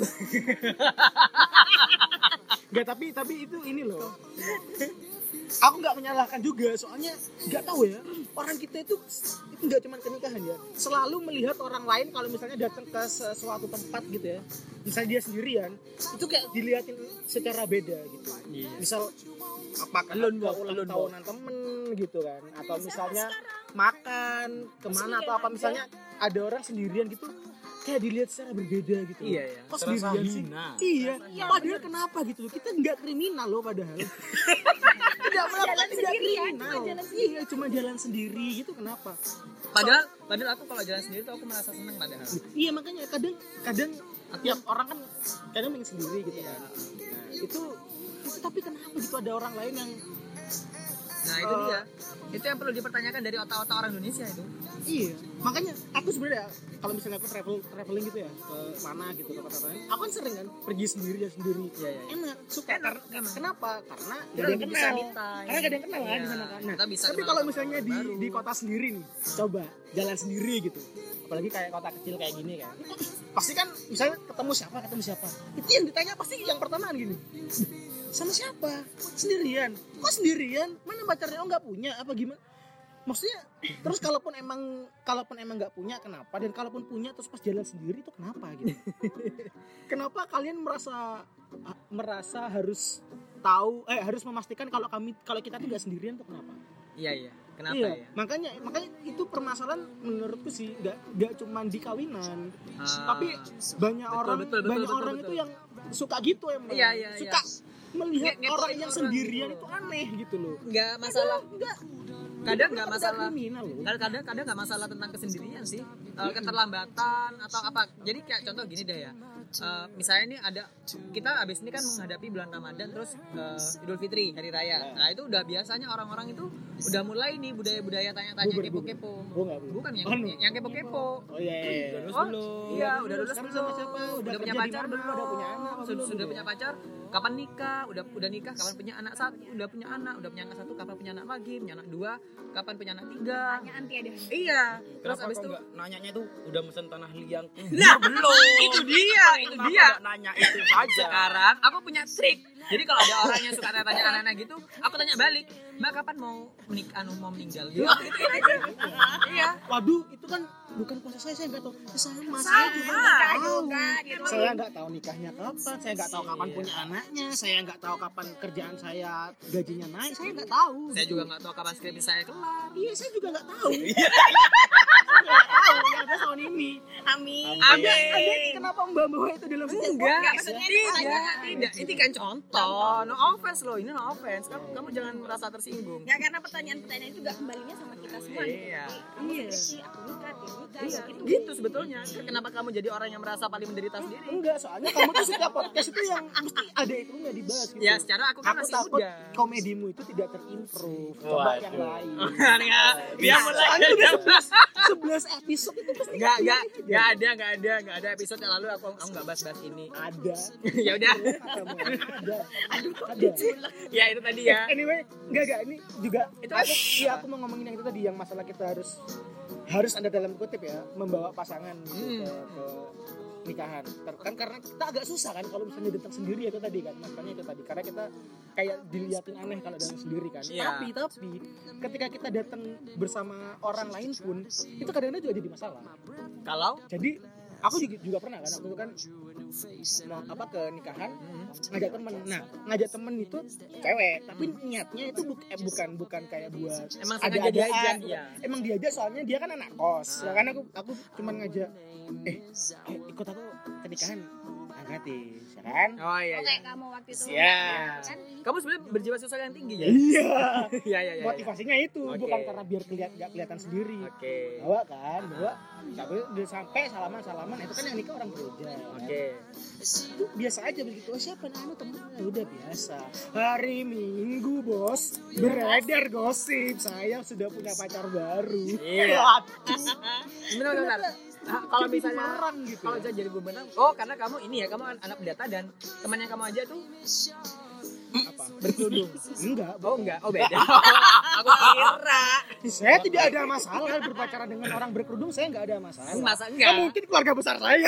Enggak, tapi itu ini loh. Aku nggak menyalahkan juga, soalnya nggak tahu ya, orang kita itu nggak cuma ke nikahan ya, selalu melihat orang lain kalau misalnya datang ke sesuatu tempat gitu ya, misalnya dia sendirian, itu kayak dilihatin secara beda gitu. Misal apakah Lone ke wolf, ulang lone tahunan temen gitu kan, atau misalnya makan kemana atau apa, misalnya ada orang sendirian gitu, kayak dilihat secara berbeda gitu. Iya, iya. Kok Terasa sendirian sih? hina. Iya. Iya, Padahal kenapa gitu loh? Kita nggak kriminal loh padahal. Tidak melakukan Jalan tidak sendirian, kriminal. cuma jalan Iya, cuma jalan sendiri gitu, kenapa? Padahal aku kalau jalan sendiri tuh aku merasa senang padahal. Iya, makanya kadang tiap orang kan kadang pengen sendiri gitu kan. Nah, itu tapi kenapa gitu ada orang lain yang Nah itu dia. Itu yang perlu dipertanyakan dari otak-otak orang Indonesia itu. iya, makanya aku sebenarnya kalau misalnya aku traveling gitu ya ke mana gitu ke kota lain, aku kan sering kan pergi sendiri ya sendiri. Iya, iya. Enak, suka. Enak, Karena emang. kenapa? Karena Kita gak ada yang lebih bisa kenal. me time. Karena gak ada yang kenal kan Iya, di sana kan. Nah, kita bisa tapi kenal kalau sama misalnya orang baru. di kota sendiri nih, coba jalan sendiri gitu. Apalagi kayak kota kecil kayak gini kan. Pasti kan misalnya ketemu siapa. Itu yang ditanya pasti yang pertama gini. Sama siapa? Sendirian. Kok sendirian? Mana pacarnya? Oh nggak punya apa gimana? Maksudnya terus kalaupun emang nggak punya kenapa, dan kalaupun punya terus pas jalan sendiri itu kenapa gitu? Kenapa kalian merasa harus tahu harus memastikan kalau kita tuh nggak sendirian tuh kenapa? Iya. Kenapa Iya, ya? makanya itu permasalahan menurutku sih nggak cuma di kawinan, tapi banyak orang itu yang suka gitu emang. Iya. Suka melihat Ngepoin orang yang orang sendirian gitu. itu aneh gitu loh. Nggak masalah. Kadang nggak masalah. Kriminal loh. Kadang nggak masalah tentang kesendirian sih. Keterlambatan atau apa. Jadi kayak contoh gini deh ya. Misalnya ini kita abis ini kan menghadapi bulan Ramadan terus Idul Fitri hari raya. Nah itu udah biasanya orang-orang itu udah mulai nih budaya-budaya tanya-tanya kepo-kepo. Bukan yang kepo-kepo. Oh iya. Oh iya udah lulus Sekarang belum? sama siapa? Udah punya kerja di pacar mana? belum? Udah punya anak apa belum? Sudah punya pacar? kapan nikah, udah nikah, kapan punya anak satu, udah punya anak satu, kapan punya anak lagi, punya anak 2, kapan punya anak 3. Pertanyaan tiada. Iya. Terus Kenapa abis kok itu nggak nanyanya itu udah mesen tanah liang? Nah, belum. itu dia. Kenapa nggak nanya itu saja? Sekarang aku punya trik. Jadi kalau ada orang yang suka tanya anak-anak gitu, aku tanya balik, Mbak kapan mau mau meninggal? Gitu. Iya. Waduh, itu kan bukan kuasa saya nggak tahu. Sama, Sama. saya juga nggak tahu. juga, gitu. Saya nggak tahu nikahnya kapan, saya nggak tahu kapan punya anaknya, saya nggak tahu kapan kerjaan saya gajinya naik, saya nggak tahu. Saya juga nggak tahu kapan skripsi saya kelar. Iya, saya juga nggak tahu. Saya nggak tahu yang ada tahun ini. Amin. Anda kenapa membawa itu dalam setiap Enggak, podcast ya? tidak. Ini kan contoh. No offense loh, ini no offense. Kamu jangan merasa tersinggung. Ya karena pertanyaan-pertanyaan itu juga kembalinya sama kita semua. Iya. Kamu skripsi, aku nikah, dia nikah, Iya, gitu. gitu sebetulnya. Kenapa kamu jadi orang yang merasa paling menderita sendiri? Enggak, soalnya kamu tuh setiap podcast itu yang mesti ada itunya dibahas gitu. Ya, secara aku kan Aku masih takut muda. komedimu itu tidak terimprove. Coba yang lain. Ya, dia mulai. Soalnya udah 11 episode itu pasti Enggak ada episode yang lalu aku enggak bahas ini. ada. Ya udah. Ada. Ada. Ya itu tadi ya. Anyway, enggak ini juga Itu aku mau ngomongin yang itu tadi yang masalah kita harus ada dalam kutip ya membawa pasangan gitu, ke nikahan. Kan karena kita agak susah kan kalau misalnya datang sendiri itu tadi kan. Makanya itu tadi karena kita kayak dilihatin aneh kalau datang sendiri kan. Iya. Tapi ketika kita datang bersama orang lain pun itu kadang-kadang juga jadi masalah. Kalau Jadi aku juga pernah kan waktu itu kan mau ke nikahan ngajak temen. Nah ngajak temen itu cewek tapi niatnya itu bukan kayak buat emang sengaja diajak gitu. ya. Emang diajak soalnya dia kan anak kos. Ya kan aku cuman ngajak ikut aku ke nikahan gratis ya kan. Oh iya. Oke, kamu waktu itu. Iya. Kan? Kamu sebenarnya berjiwa sosial yang tinggi ya? Iya. Iya. Motivasinya itu Oke. bukan karena biar gak kelihatan sendiri. Oke. Bawa tapi udah sampai salaman itu kan yang nikah orang gereja. Oke. Itu biasa aja begitu. Siapa anu temennya udah biasa. Hari Minggu bos beredar gosip saya sudah punya pacar baru. Iya. Waduh. Benar. Kalau Jadi misalnya dilarang gitu. kalau saya jadi gubernur, oh karena kamu ini ya, kamu anak pendeta dan teman yang kamu aja tuh Apa? Berkerudung? Enggak. oh enggak, oh beda. Aku kira. Saya tidak ada masalah berpacaran dengan orang berkerudung. Saya enggak ada masalah. Masa Ya, enggak? mungkin keluarga besar saya.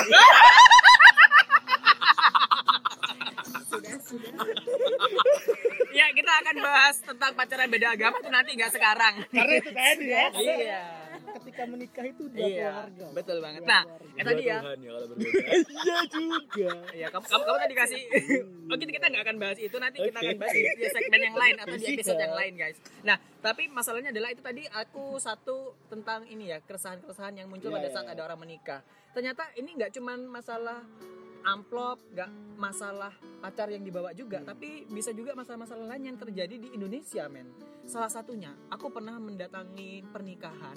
Ya kita akan bahas tentang pacaran beda agama tuh nanti nggak sekarang. Karena itu tadi ya. Iya. Ketika menikah itu dua Iya, keluarga. betul banget. Dua Nah, keluarga. tadi ya. Tuhan ya kalau berbeda. Iya juga. Iya, kamu tadi kasih. Oh, kita nggak akan bahas itu, nanti kita akan bahas di segmen yang lain atau di episode yang lain, guys. Nah, tapi masalahnya adalah itu tadi aku satu tentang ini ya, keresahan-keresahan yang muncul Iya, pada iya, saat iya. ada orang menikah. Ternyata ini nggak cuman masalah amplop, nggak masalah pacar yang dibawa juga, tapi bisa juga masalah-masalah lain yang terjadi di Indonesia, men. Salah satunya, aku pernah mendatangi pernikahan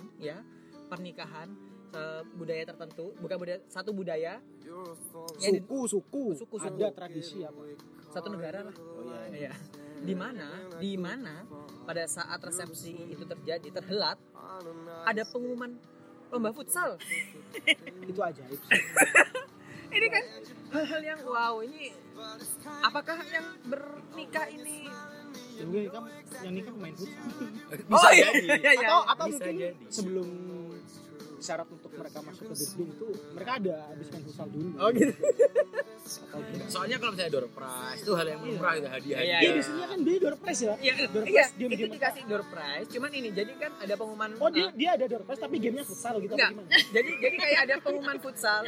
budaya tertentu, bukan budaya, satu budaya yang di- Suku. Suku. Ada tradisi apa? satu negara lah. Oh Iya. iya. Di mana pada saat resepsi itu terhelat, ada pengumuman lomba futsal. Itu ajaib. Ini kan hal-hal yang wow, ini apakah yang bernikah ini Yang nikah pemain futsal. Bisa iya. jadi. Atau Bisa mungkin jadi. sebelum syarat untuk mereka masuk ke gedung tuh mereka ada habis main futsal dulu. Oh gitu. Atau gimana? Soalnya kalau misalnya door prize itu hal yang murah itu hadiah. Iya, Iya, biasanya kan dia door prize ya. Iya, Door iya, prize diam itu diam. dikasih door prize, cuman ini jadi kan ada pengumuman. Oh, dia ada door prize tapi gamenya futsal gitu Enggak. apa gimana? Jadi kayak ada pengumuman futsal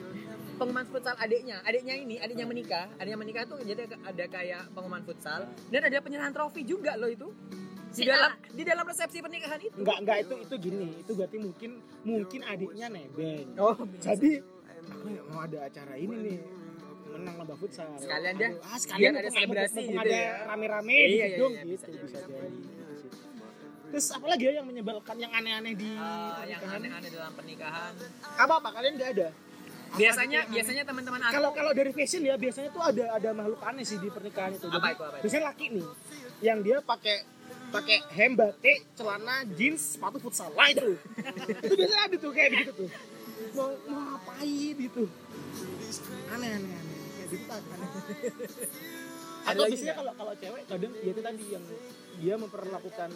adiknya menikah tuh jadi ada kayak pengumuman futsal dan ada penyerahan trofi juga loh itu di dalam resepsi pernikahan itu. Enggak itu gini. Itu berarti mungkin adiknya nebeng. Oh, Jadi aku mau ada acara ini nih menang lomba futsal. Sekalian dia, sekalian biar ada selebrasi mumpung gitu ada ya. rame-rame Iya, di iya, gedung iya, gitu bisa bisa jadi. jadi. Terus apa lagi ya yang menyebalkan yang aneh-aneh di Yang pernikahan? aneh-aneh dalam pernikahan. Apa kalian nggak ada? Biasanya teman-teman aku Kalau dari fashion ya biasanya tuh ada makhluk aneh sih di pernikahan itu. Apa itu? Biasanya laki nih yang dia pakai hem batik, celana jeans, sepatu futsal. Lah itu. Itu biasanya ada tuh kayak begitu tuh. Mau ngapain gitu. Aneh. Kayak gitu kan aneh. Atau biasanya kalau cewek kadang ya itu tadi yang dia memperlakukan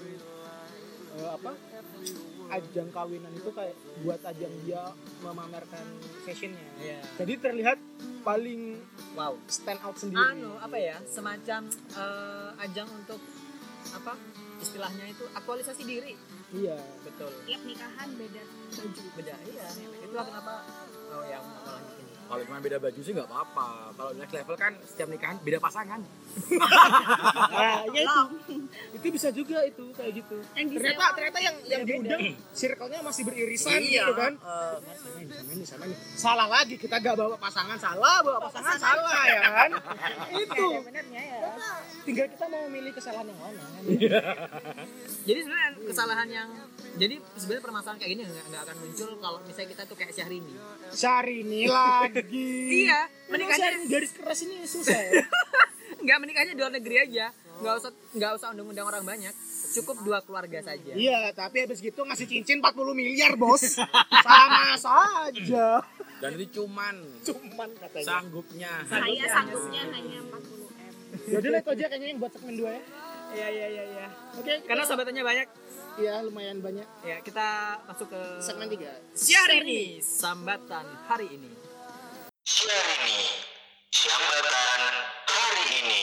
ajang kawinan itu kayak buat ajang dia memamerkan fashionnya. Iya. Jadi terlihat paling Wow. stand out sendiri. Semacam ajang untuk apa? Istilahnya itu aktualisasi diri. Iya. Betul. Tiap nikahan beda baju. Beda. Iya. Itulah kenapa yang mau lanjutin. Kalau cuma beda baju sih nggak apa-apa. Kalau next level kan setiap nikahan beda pasangan. Nah, ya itu bisa juga itu kayak gitu. Ternyata yang diundang circle-nya masih beririsan gitu kan. Sama ini. Salah lagi kita gak bawa pasangan salah ya kan. Itu. Ya, benernya ya. Tinggal kita mau memilih kesalahan yang mana kan. Jadi sebenarnya kesalahan yang sebenarnya permasalahan kayak gini nggak akan muncul kalau misalnya kita tuh kayak Syahrini. Syahrini lagi. Iya, menikahnya garis keras ini susah ya. Enggak, menikahnya di luar negeri aja. Nggak usah undang-undang orang banyak. Cukup 2 keluarga saja. Iya, tapi habis gitu ngasih cincin 40 miliar, Bos. Sama saja. Dan itu cuman Katanya. sanggupnya. Saya sanggupnya hanya 40M. Jadi itu aja kayaknya yang buat segmen 2 ya. Iya. Oke, Karena sahabatannya banyak. iya lumayan banyak. Ya, kita masuk ke Segmen 3. Syahrini sambatan hari ini. Syahrini, sambatan hari ini.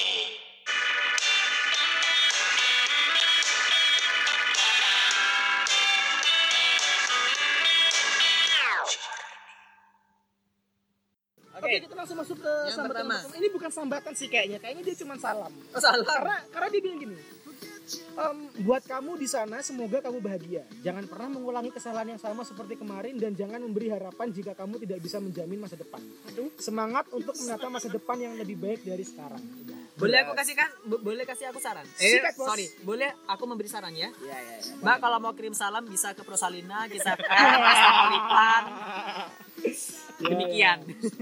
Oke, kita langsung masuk ke Yang sambatan pertama. Ini bukan sambatan sih kayaknya dia cuma salam. Oh, salah. Karena dia bilang gini. Buat kamu di sana semoga kamu bahagia. Jangan pernah mengulangi kesalahan yang sama seperti kemarin dan jangan memberi harapan jika kamu tidak bisa menjamin masa depan. Semangat untuk menata masa depan yang lebih baik dari sekarang. Boleh kasih aku saran? Sikat, Bos. Sorry, boleh aku memberi saran ya? Iya. Mbak kalau mau kirim salam bisa ke Prosalina, bisa ke Kolipan. Demikian.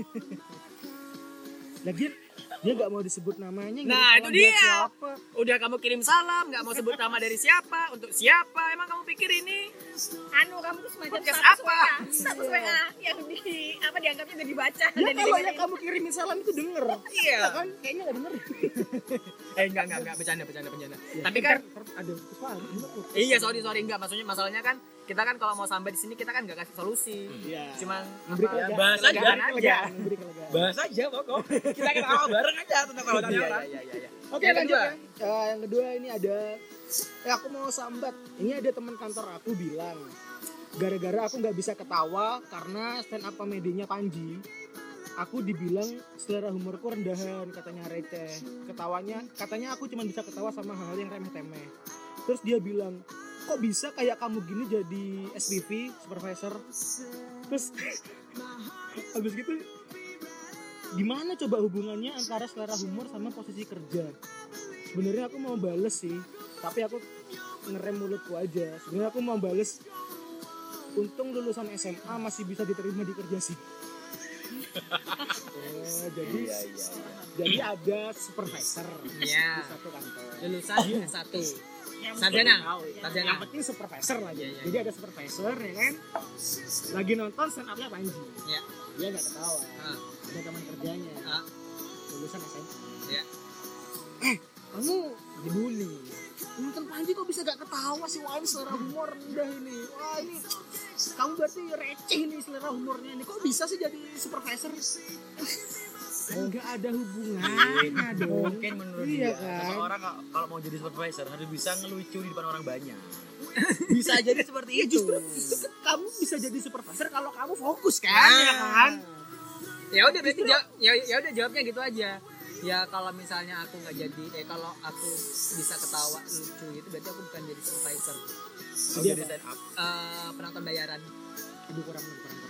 Lagi dia nggak mau disebut namanya. Nah, nggak itu tahu dia dia. siapa. Udah kamu kirim salam, nggak mau sebut nama dari siapa, untuk siapa? Emang kamu pikir ini? Kamu tuh semacam Podcast status apa? WA. Status WA yang dianggapnya udah dibaca Ya dan kalau didengerin. yang kamu kirimin salam itu denger. Iya. Kan kayaknya nggak denger. Enggak, bercanda. Ya, Tapi kan ada kesalahan. iya, sorry enggak. Masalahnya kan kita kan kalau mau sampai di sini kita kan nggak kasih solusi. Iya. Cuman Memberi apa, kelegaan. bahas aja. kelegaan Memberi kelegaan. Bahas aja pokok. Kita kan awal bareng aja tentang kawasan Iya. orang. Oke, Yang lanjut kedua. ya. Yang kedua ini ada aku mau sambat. Ini ada teman kantor aku bilang gara-gara aku nggak bisa ketawa karena stand up komedinya Panji. Aku dibilang selera humorku rendahan, katanya receh. Katanya aku cuma bisa ketawa sama hal-hal yang remeh-temeh. Terus dia bilang, kok bisa kayak kamu gini jadi SPV, supervisor? Terus habis gitu gimana coba hubungannya antara selera humor sama posisi kerja? Sebenarnya aku mau bales sih, tapi aku ngerem mulutku aja. Sebenarnya aku mau bales, untung lulusan SMA masih bisa diterima di kerja sih. Jadi ada supervisor Iya. di satu kantor. lulusan S1. Yang Sarjana. penting- Yang penting supervisor lah. Iya. Jadi ada supervisor ya kan. Lagi nonton stand up-nya Panji. Iya. Dia nggak ketawa. Ah. Ada teman kerjanya. Ah. Lulusan SMA. Iya. Kamu dibully. Nonton Panji kok bisa gak ketawa sih? Wah ini selera humor rendah ini. Wah ini kamu berarti receh nih selera humornya ini. Kok bisa sih jadi supervisor? Enggak ada hubungannya dong. Mungkin menurut Iya dia kan? seseorang kalau mau jadi supervisor harus bisa ngelucu di depan orang banyak. Bisa jadi seperti Iya itu. justru kamu bisa jadi supervisor kalau kamu fokus kan, Ah. ya kan? Ya udah berarti ya udah jawabnya gitu aja. Ya kalau misalnya aku nggak jadi kalau aku bisa ketawa lucu gitu berarti aku bukan jadi supervisor. Mau jadi stand up. Penonton bayaran. Aduh kurang.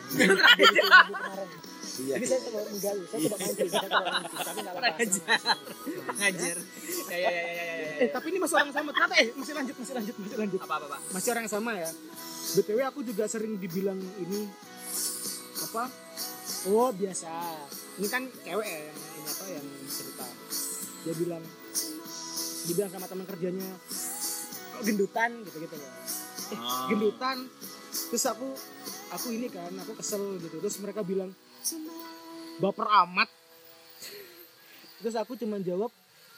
Iya. Ini saya coba menggali, saya coba mancing, tapi nggak Kurang lepas. Ngajar. Ya. Tapi ini masih orang yang sama. Ternyata masih lanjut. Apa. Masih orang yang sama ya. BTW aku juga sering dibilang ini apa? Oh biasa. Ini kan cewek ya yang cerita. Dia bilang sama teman kerjanya, kok gendutan gitu loh. Gendutan. Terus aku ini kan, aku kesel gitu. Terus mereka bilang baper amat. Terus aku cuma jawab,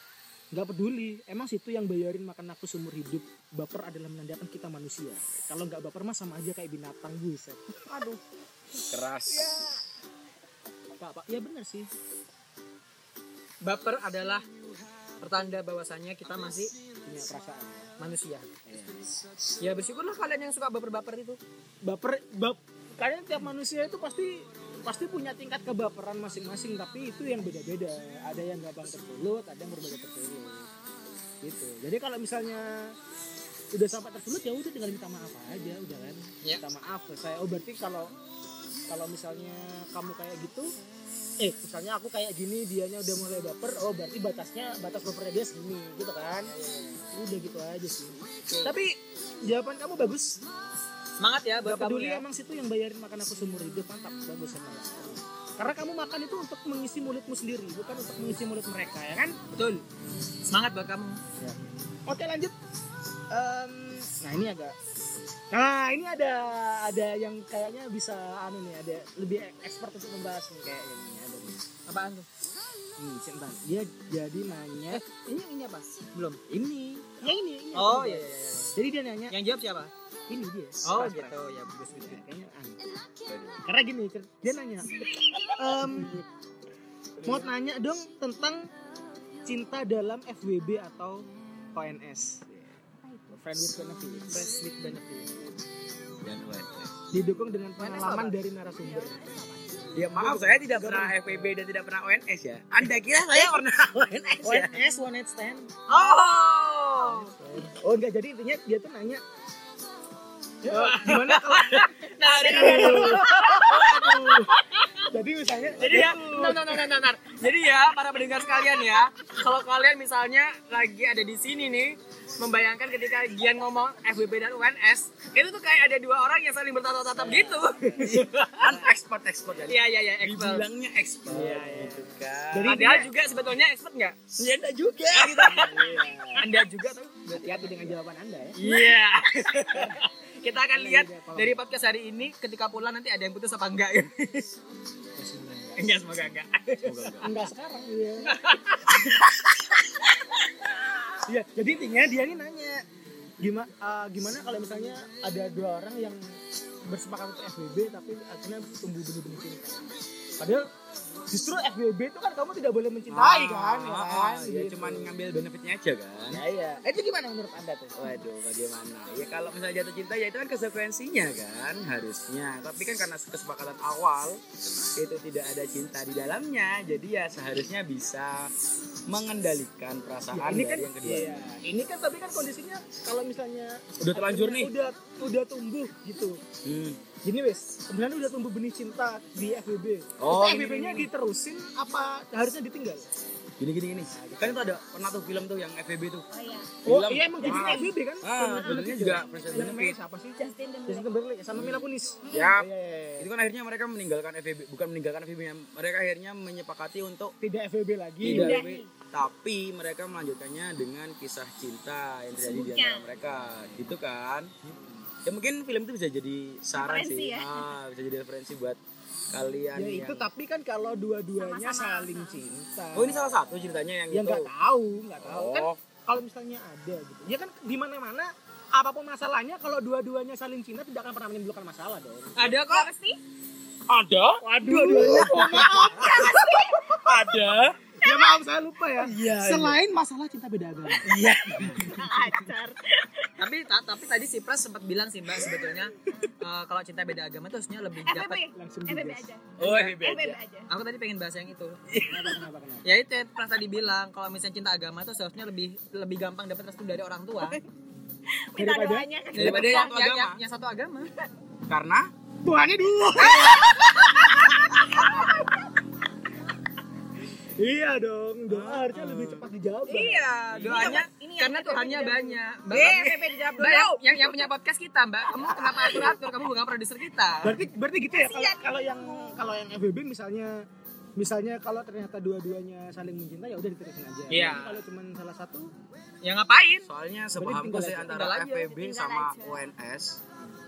nggak peduli, emang situ yang bayarin makan aku seumur hidup. Baper adalah menandakan kita manusia. Kalau nggak baper mah sama aja kayak binatang, buset. Aduh, Keras. pak, ya benar sih. Baper adalah pertanda bahwasannya kita masih Punya perasaan. manusia. Ya bersyukurlah kalian yang suka baper-baper itu. Kalian tiap manusia itu pasti punya tingkat kebaperan masing-masing, tapi itu yang beda-beda. Ada yang gampang tersulut, ada yang berbeda tersulut. Gitu. Jadi kalau misalnya udah sampai tersulut ya udah tinggal minta maaf aja, udah kan. Ya. Minta maaf saya. Oh berarti kalau misalnya kamu kayak gitu, misalnya aku kayak gini, dianya udah mulai baper, oh berarti batas bapernya dia segini, gitu kan. Udah gitu aja sih. Tapi jawaban kamu bagus. Semangat ya buat Gak kamu peduli ya. emang situ yang bayarin makan aku seumur hidup, mantap, bagus sama. Karena kamu makan itu untuk mengisi mulutmu sendiri, bukan untuk mengisi mulut mereka, ya kan? Betul. Semangat buat kamu. Oke lanjut. Nah ini ada yang kayaknya bisa ada lebih expert untuk membahas nih kayaknya nih, ada nih. Apaan tuh? Sebentar. Dia jadi nanya, Ini apa? Belum. ini. Oh iya. Jadi dia nanya, Yang jawab siapa? ini dia. Oh Pas. gitu. Ya bagus. Kayaknya aneh. Karena gini, dia nanya, mau nanya dong tentang cinta dalam FWB atau ONS. Friend with benefit. Friends with benefit. Dan UNS. Didukung dengan pengalaman dari narasumber. Ya maaf, saya tidak pernah FWB dan tidak pernah ONS ya. Anda kira saya pernah ONS ya? ONS, one night stand. Oh. Oh enggak, jadi intinya dia tuh nanya, gimana kalau jadi misalnya Jadi ya, bentar. Jadi ya, para pendengar sekalian ya, kalau kalian misalnya lagi ada di sini nih, membayangkan ketika Gian ngomong FWB dan UNS, itu tuh kayak ada dua orang yang saling bertatap-tatap gitu. Kan expert ya. Iya, expert. Dibilangnya expert. Iya. Gitu kan. Jadi Padahal juga sebetulnya expert nggak? Ya enggak juga gitu. Anda juga tuh. hati-hati dengan jawaban Anda ya. Iya. Kita akan lihat dari podcast hari ini ketika pulang nanti ada yang putus apa enggak ya. Enggak, semoga enggak. Enggak sekarang ya. Iya, jadi intinya dia ini nanya gimana kalau misalnya ada dua orang yang bersepakat untuk FWB tapi akhirnya tumbuh benih-benih cinta. Padahal justru FWB itu kan kamu tidak boleh mencintai kan, ya kan? Ya Gitu. cuman ngambil benefitnya aja kan. Ya iya. Itu gimana menurut Anda tuh? Waduh, bagaimana? Ya kalau misalnya jatuh cinta ya itu kan konsekuensinya kan harusnya. Tapi kan karena kesepakatan awal itu tidak ada cinta di dalamnya, jadi ya seharusnya bisa mengendalikan perasaan Ya, ini dari kan yang kedua. iya. Ini kan tapi kan kondisinya kalau misalnya Udah terlanjur nih. Udah tumbuh gitu. Gini wes, sebenarnya udah tumbuh benih cinta di FWB. Oh, Itu gini, FWB-nya gini. diterusin apa harusnya ditinggal? Gini. Kan itu ada pernah tuh film tuh yang FWB tuh. Oh iya, Oh Film. iya emang jadi Ah. FWB kan? Sebenarnya juga Friends with Yang main Benefit. siapa sih? Justin Justin Timberlake. Timberlake sama Mila Kunis. Ya. Iya. Itu kan akhirnya mereka meninggalkan FWB, bukan meninggalkan FWB, mereka akhirnya menyepakati untuk Tidak FWB lagi. tidak Iya. FWB, tapi mereka melanjutkannya dengan kisah cinta yang terjadi di Sesungguhnya. antara mereka, gitu kan? Ya mungkin film itu bisa jadi saran Referensi sih, ya. bisa jadi referensi buat kalian Ya itu yang... tapi kan kalau dua-duanya Sama-sama. saling cinta. Oh ini salah satu ceritanya yang Ya itu. nggak tahu kan Oh. kalau misalnya ada gitu. Ya kan di mana-mana apapun masalahnya kalau dua-duanya saling cinta tidak akan pernah menimbulkan masalah dong. Ada kok. Pasti Ada? Dua-duanya. Ada. Ya maaf saya lupa ya. Iya. Selain masalah cinta beda agama. Iya. acar. Tapi tadi si Pras sempat bilang sih Mbak sebetulnya kalau cinta beda agama itu harusnya lebih dapat. Langsung FWB digas. aja. Oh FWB FWB aja. aja. Aku tadi pengen bahas yang itu. Kenapa? Ya itu yang Pras tadi bilang kalau misalnya cinta agama itu seharusnya lebih gampang dapat restu dari orang tua Minta Daripada- doanya kan. daripada Satu yang agama. yang satu agama. Karena Tuhannya dulu. Iya dong, doa harusnya lebih cepat dijawab. Iya, doanya Ini yang karena FWB Tuhannya dijawab. banyak. Mbak, FWB dijawab Mbak, dulu. yang punya podcast kita, Mbak. Kamu kenapa atur-atur? Kamu bukan produser kita. Berarti gitu ya. Kasihan. Kalau yang FWB misalnya kalau ternyata dua-duanya saling mencinta ya udah diterusin aja. Iya. Tapi kalau cuma salah satu Ya ngapain? soalnya Berarti sepahamku tinggal sih aja. antara Tinggal aja, FWB tinggal sama aja. UNS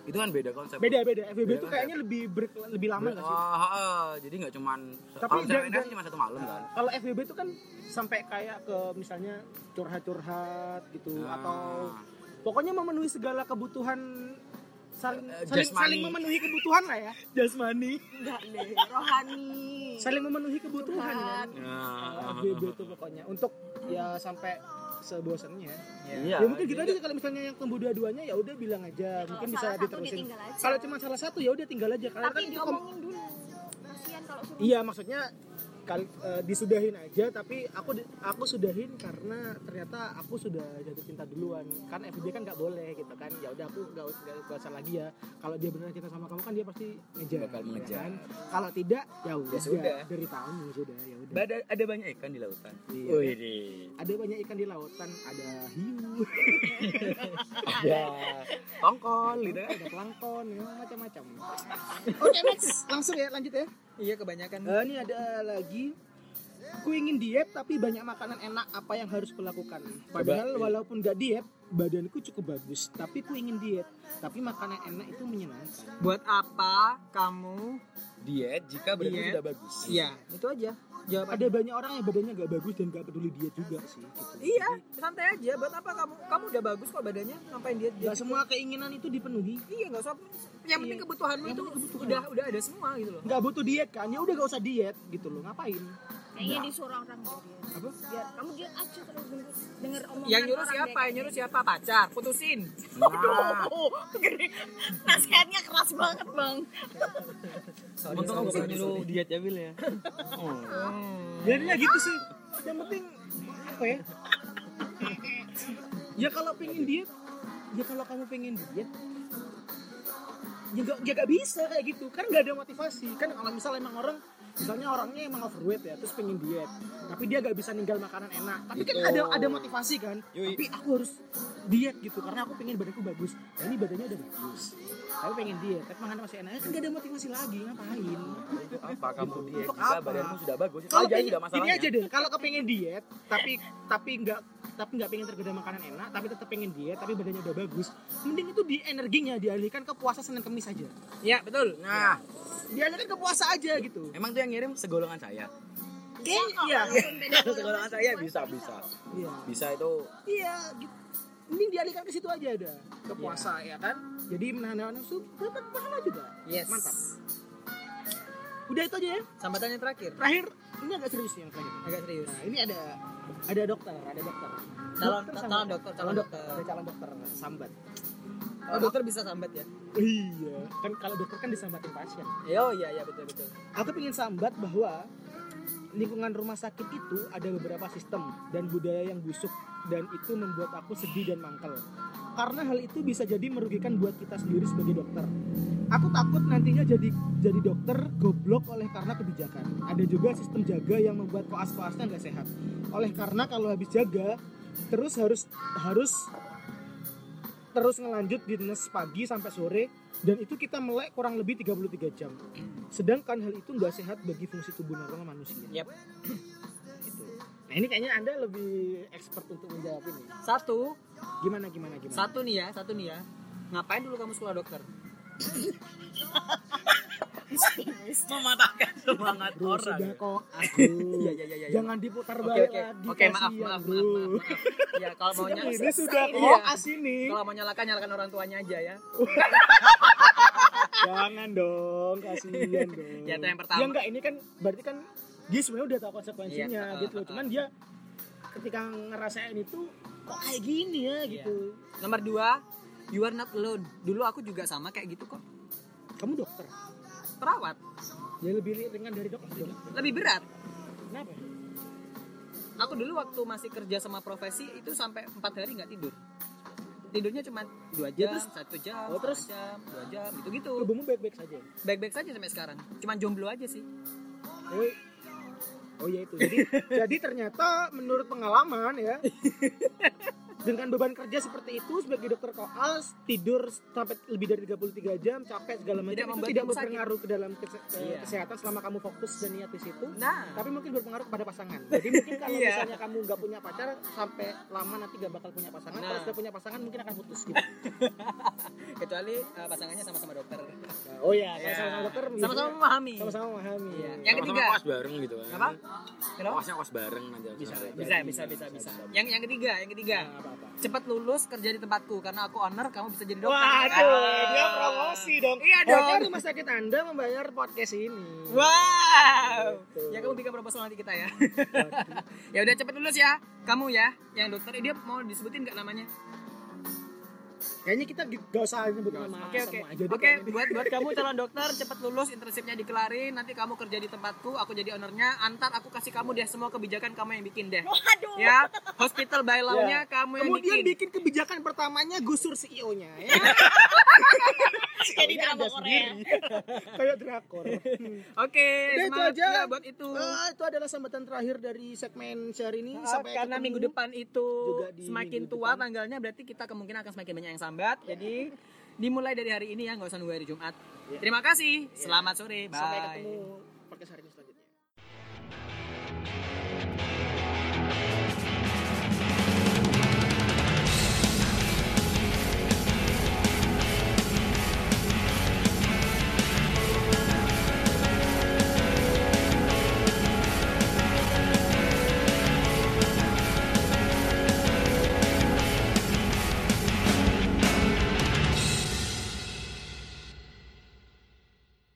Itu kan beda konsep. Beda FWB Beda itu konsep. kayaknya lebih lama nggak sih? Jadi nggak cuman Tapi kalau misalnya dan- enak sih cuma 1 malam kan. Kalau FWB itu kan sampai kayak ke misalnya curhat-curhat gitu atau pokoknya memenuhi segala kebutuhan saling Jasmani. memenuhi kebutuhan lah ya. Jasmani. Enggak deh, rohani. Saling memenuhi kebutuhan kan. Nah, FWB itu pokoknya untuk ya sampai sebosannya. iya. Ya mungkin gitu aja kalau misalnya yang tumbuh dua-duanya ya udah bilang aja, Kalau mungkin bisa salah satu diterusin. ditinggal aja. Kalau cuma salah satu ya udah tinggal aja karena Tapi kan itu diomongin dulu. Kasihan kalau suruh. iya maksudnya disudahin aja tapi aku sudahin karena ternyata aku sudah jatuh cinta duluan kan FWB kan nggak boleh gitu kan ya udah aku nggak usah lagi ya kalau dia benar cinta sama kamu kan dia pasti ngejar Bakal ya mengejar. kan? Kalau tidak ya udah sudah. dari tahun ya sudah ya udah Ada banyak ikan di lautan. Iya. Wih. ada banyak ikan di lautan ada hiu Ada tongkol gitu kan. ada plankton ya macam-macam oke next langsung ya lanjut ya. Iya kebanyakan. Ini ada lagi. Ku ingin diet tapi banyak makanan enak apa yang harus kulakukan. Padahal walaupun gak diet, badanku cukup bagus. Tapi ku ingin diet, tapi makanan enak itu menyenangkan. Buat apa kamu? Diet jika badanmu Diet. sudah bagus. Iya, itu aja. Jawabannya. Ada banyak orang yang badannya gak bagus dan gak peduli diet juga sih. Gitu. Iya, santai aja. Buat apa kamu udah bagus kok badannya, ngapain dia? Gak semua keinginan itu dipenuhi. Iya, enggak usah. Yang penting kebutuhanmu Yang itu penting kebutuhan. udah ada semua gitu loh. Gak butuh diet kan? Ya udah gak usah diet gitu loh. Ngapain? Kayaknya disuruh orang dia. Apa? Biar kamu diet aja terus denger omongan Yang nyuruh orang siapa? deh. Yang nyuruh siapa? Pacar, putusin. Nah, Oh, nasihatnya keras banget, Bang. Untung aku bukan nyuruh diet ya, Bil ya. Jadinya gitu sih. Yang penting apa ya? Ya kalau pengen diet, ya kalau kamu pengen diet, ya gak bisa kayak gitu. Kan gak ada motivasi. Kan kalau misalnya emang misalnya orangnya emang overweight ya, terus pengen diet, tapi dia gak bisa ninggal makanan enak. Tapi kan ada motivasi kan. Tapi aku harus diet gitu karena aku pengen badanku bagus. Nah, ini badannya udah bagus. Tapi pengen diet, tapi makanan masih enak. Kan gak ada motivasi lagi, ngapain? untuk apa kamu diet Untuk jika apa? badanmu sudah bagus? Itu Kalau aja pengen, sudah ini masalahnya. aja deh. Kalau kepengen diet, tapi nggak pengen tergoda makanan enak, tapi tetap pengen diet, tapi badannya udah bagus. Mending itu energinya dialihkan ke puasa Senin Kamis aja. Iya, betul. Nah, Dialihkan ke puasa aja gitu. emang tuh yang ngirim segolongan saya. Iya. Segolongan saya bisa. Iya. Bisa itu. Iya, gitu. Mending dialihkan ke situ aja ada. Ke puasa ya kan. Jadi menahan nafsu dapat pahala juga. Yes. Mantap. Udah itu aja ya. Sambatannya terakhir. Terakhir ini agak serius nih yang terakhir. Agak serius. Nah, ini ada dokter. Calon sambat. dokter. Ada calon dokter sambat. Oh, dokter bisa sambat ya? Iya, kan kalau dokter kan disambatin pasien. Oh iya betul. Aku pengen sambat bahwa lingkungan rumah sakit itu ada beberapa sistem dan budaya yang busuk dan itu membuat aku sedih dan mangkel. Karena hal itu bisa jadi merugikan buat kita sendiri sebagai dokter. Aku takut nantinya jadi dokter goblok oleh karena kebijakan. Ada juga sistem jaga yang membuat koas-koasnya nggak sehat. Oleh karena kalau habis jaga terus harus ngelanjut dinas pagi sampai sore dan itu kita melek kurang lebih 33 jam. Sedangkan hal itu nggak sehat bagi fungsi tubuh normal manusia. Yap. Gitu. Nah ini kayaknya Anda lebih expert untuk menjawab ini. Satu nih ya. Ngapain dulu kamu sekolah dokter? Mematahkan semangat Bro, orang. sudah kok aku. Iya. Jangan diputar balik lagi. Oke, maaf. kasihan, bro. Ya kalau mau Ini sudah Iya. kok asini. kalau mau nyalakan orang tuanya aja ya. Jangan dong, kasihan dong. Ya, itu yang pertama. Ya enggak, ini kan berarti kan dia sebenarnya udah tahu konsekuensinya Iya, gitu loh. Cuman dia ketika ngerasain itu kok kayak gini ya gitu. Nomor 2, you are not alone. Dulu aku juga sama kayak gitu kok. Kamu dokter. Perawat. Ya lebih ringan dari dokter dong. Lebih berat. Kenapa? Aku dulu waktu masih kerja sama profesi itu sampai 4 hari nggak tidur. Tidurnya cuma 2 Ya, jam, terus? 1 jam, Oh, terus? 1 jam, 2 jam, gitu-gitu. Tubuhmu baik-baik saja. Baik-baik saja sampai sekarang. Cuman jomblo aja sih. Oh ya itu. Jadi ternyata menurut pengalaman ya dengan beban kerja seperti itu sebagai dokter koas tidur sampai lebih dari 33 jam capek segala macam Tidak itu membuat tidak kamu sakit. berpengaruh ke dalam Iya. kesehatan selama kamu fokus dan niat di situ. Nah, Tapi mungkin berpengaruh kepada pasangan. Jadi mungkin kalau Iya. misalnya kamu nggak punya pacar sampai lama nanti gak bakal punya pasangan. Nah. Kalau sudah punya pasangan mungkin akan putus gitu. kecuali pasangannya sama-sama dokter. Oh iya, Ya. sama-sama dokter. Sama-sama memahami. Sama-sama memahami. Iya. Yang Sama-sama ketiga. kos bareng gitu kan. Apa? Kenapa? Kosnya kos bareng nanti. Bisa. Bisa. Yang ketiga. Nah, apa-apa. Cepat lulus kerja di tempatku karena aku owner, kamu bisa jadi dokter. Waduh, dia promosi dong. Iya Pokoknya dong. rumah sakit Anda membayar podcast ini. Wow. Gitu. Ya kamu bikin proposal nanti kita ya. Ya udah cepet lulus ya. Kamu ya, yang dokter dia mau disebutin nggak namanya? Kayaknya kita gak usah nyebut nama Oke. semua aja deh Oke, kayaknya. buat kamu calon dokter cepet lulus, internshipnya dikelarin, nanti kamu kerja di tempatku, aku jadi ownernya, antar aku kasih kamu deh semua kebijakan kamu yang bikin deh. Waduh. Ya, hospital by law-nya Ya. kamu yang Kemudian bikin. bikin kebijakan pertamanya gusur CEO-nya ya. Jadi Soalnya drama ada Korea. sendiri. Kayak drakor. Oke, Udah, itu semangat aja. juga buat itu. Itu adalah sambatan terakhir dari segmen share ini. Sampai Karena ketemu. minggu depan itu juga di semakin minggu tua depan. tanggalnya, berarti kita kemungkinan akan semakin banyak yang sambat. Jadi dimulai dari hari ini ya, nggak usah nunggu hari Jumat. Terima kasih. Selamat sore. Bye. Sampai ketemu podcast hari ini.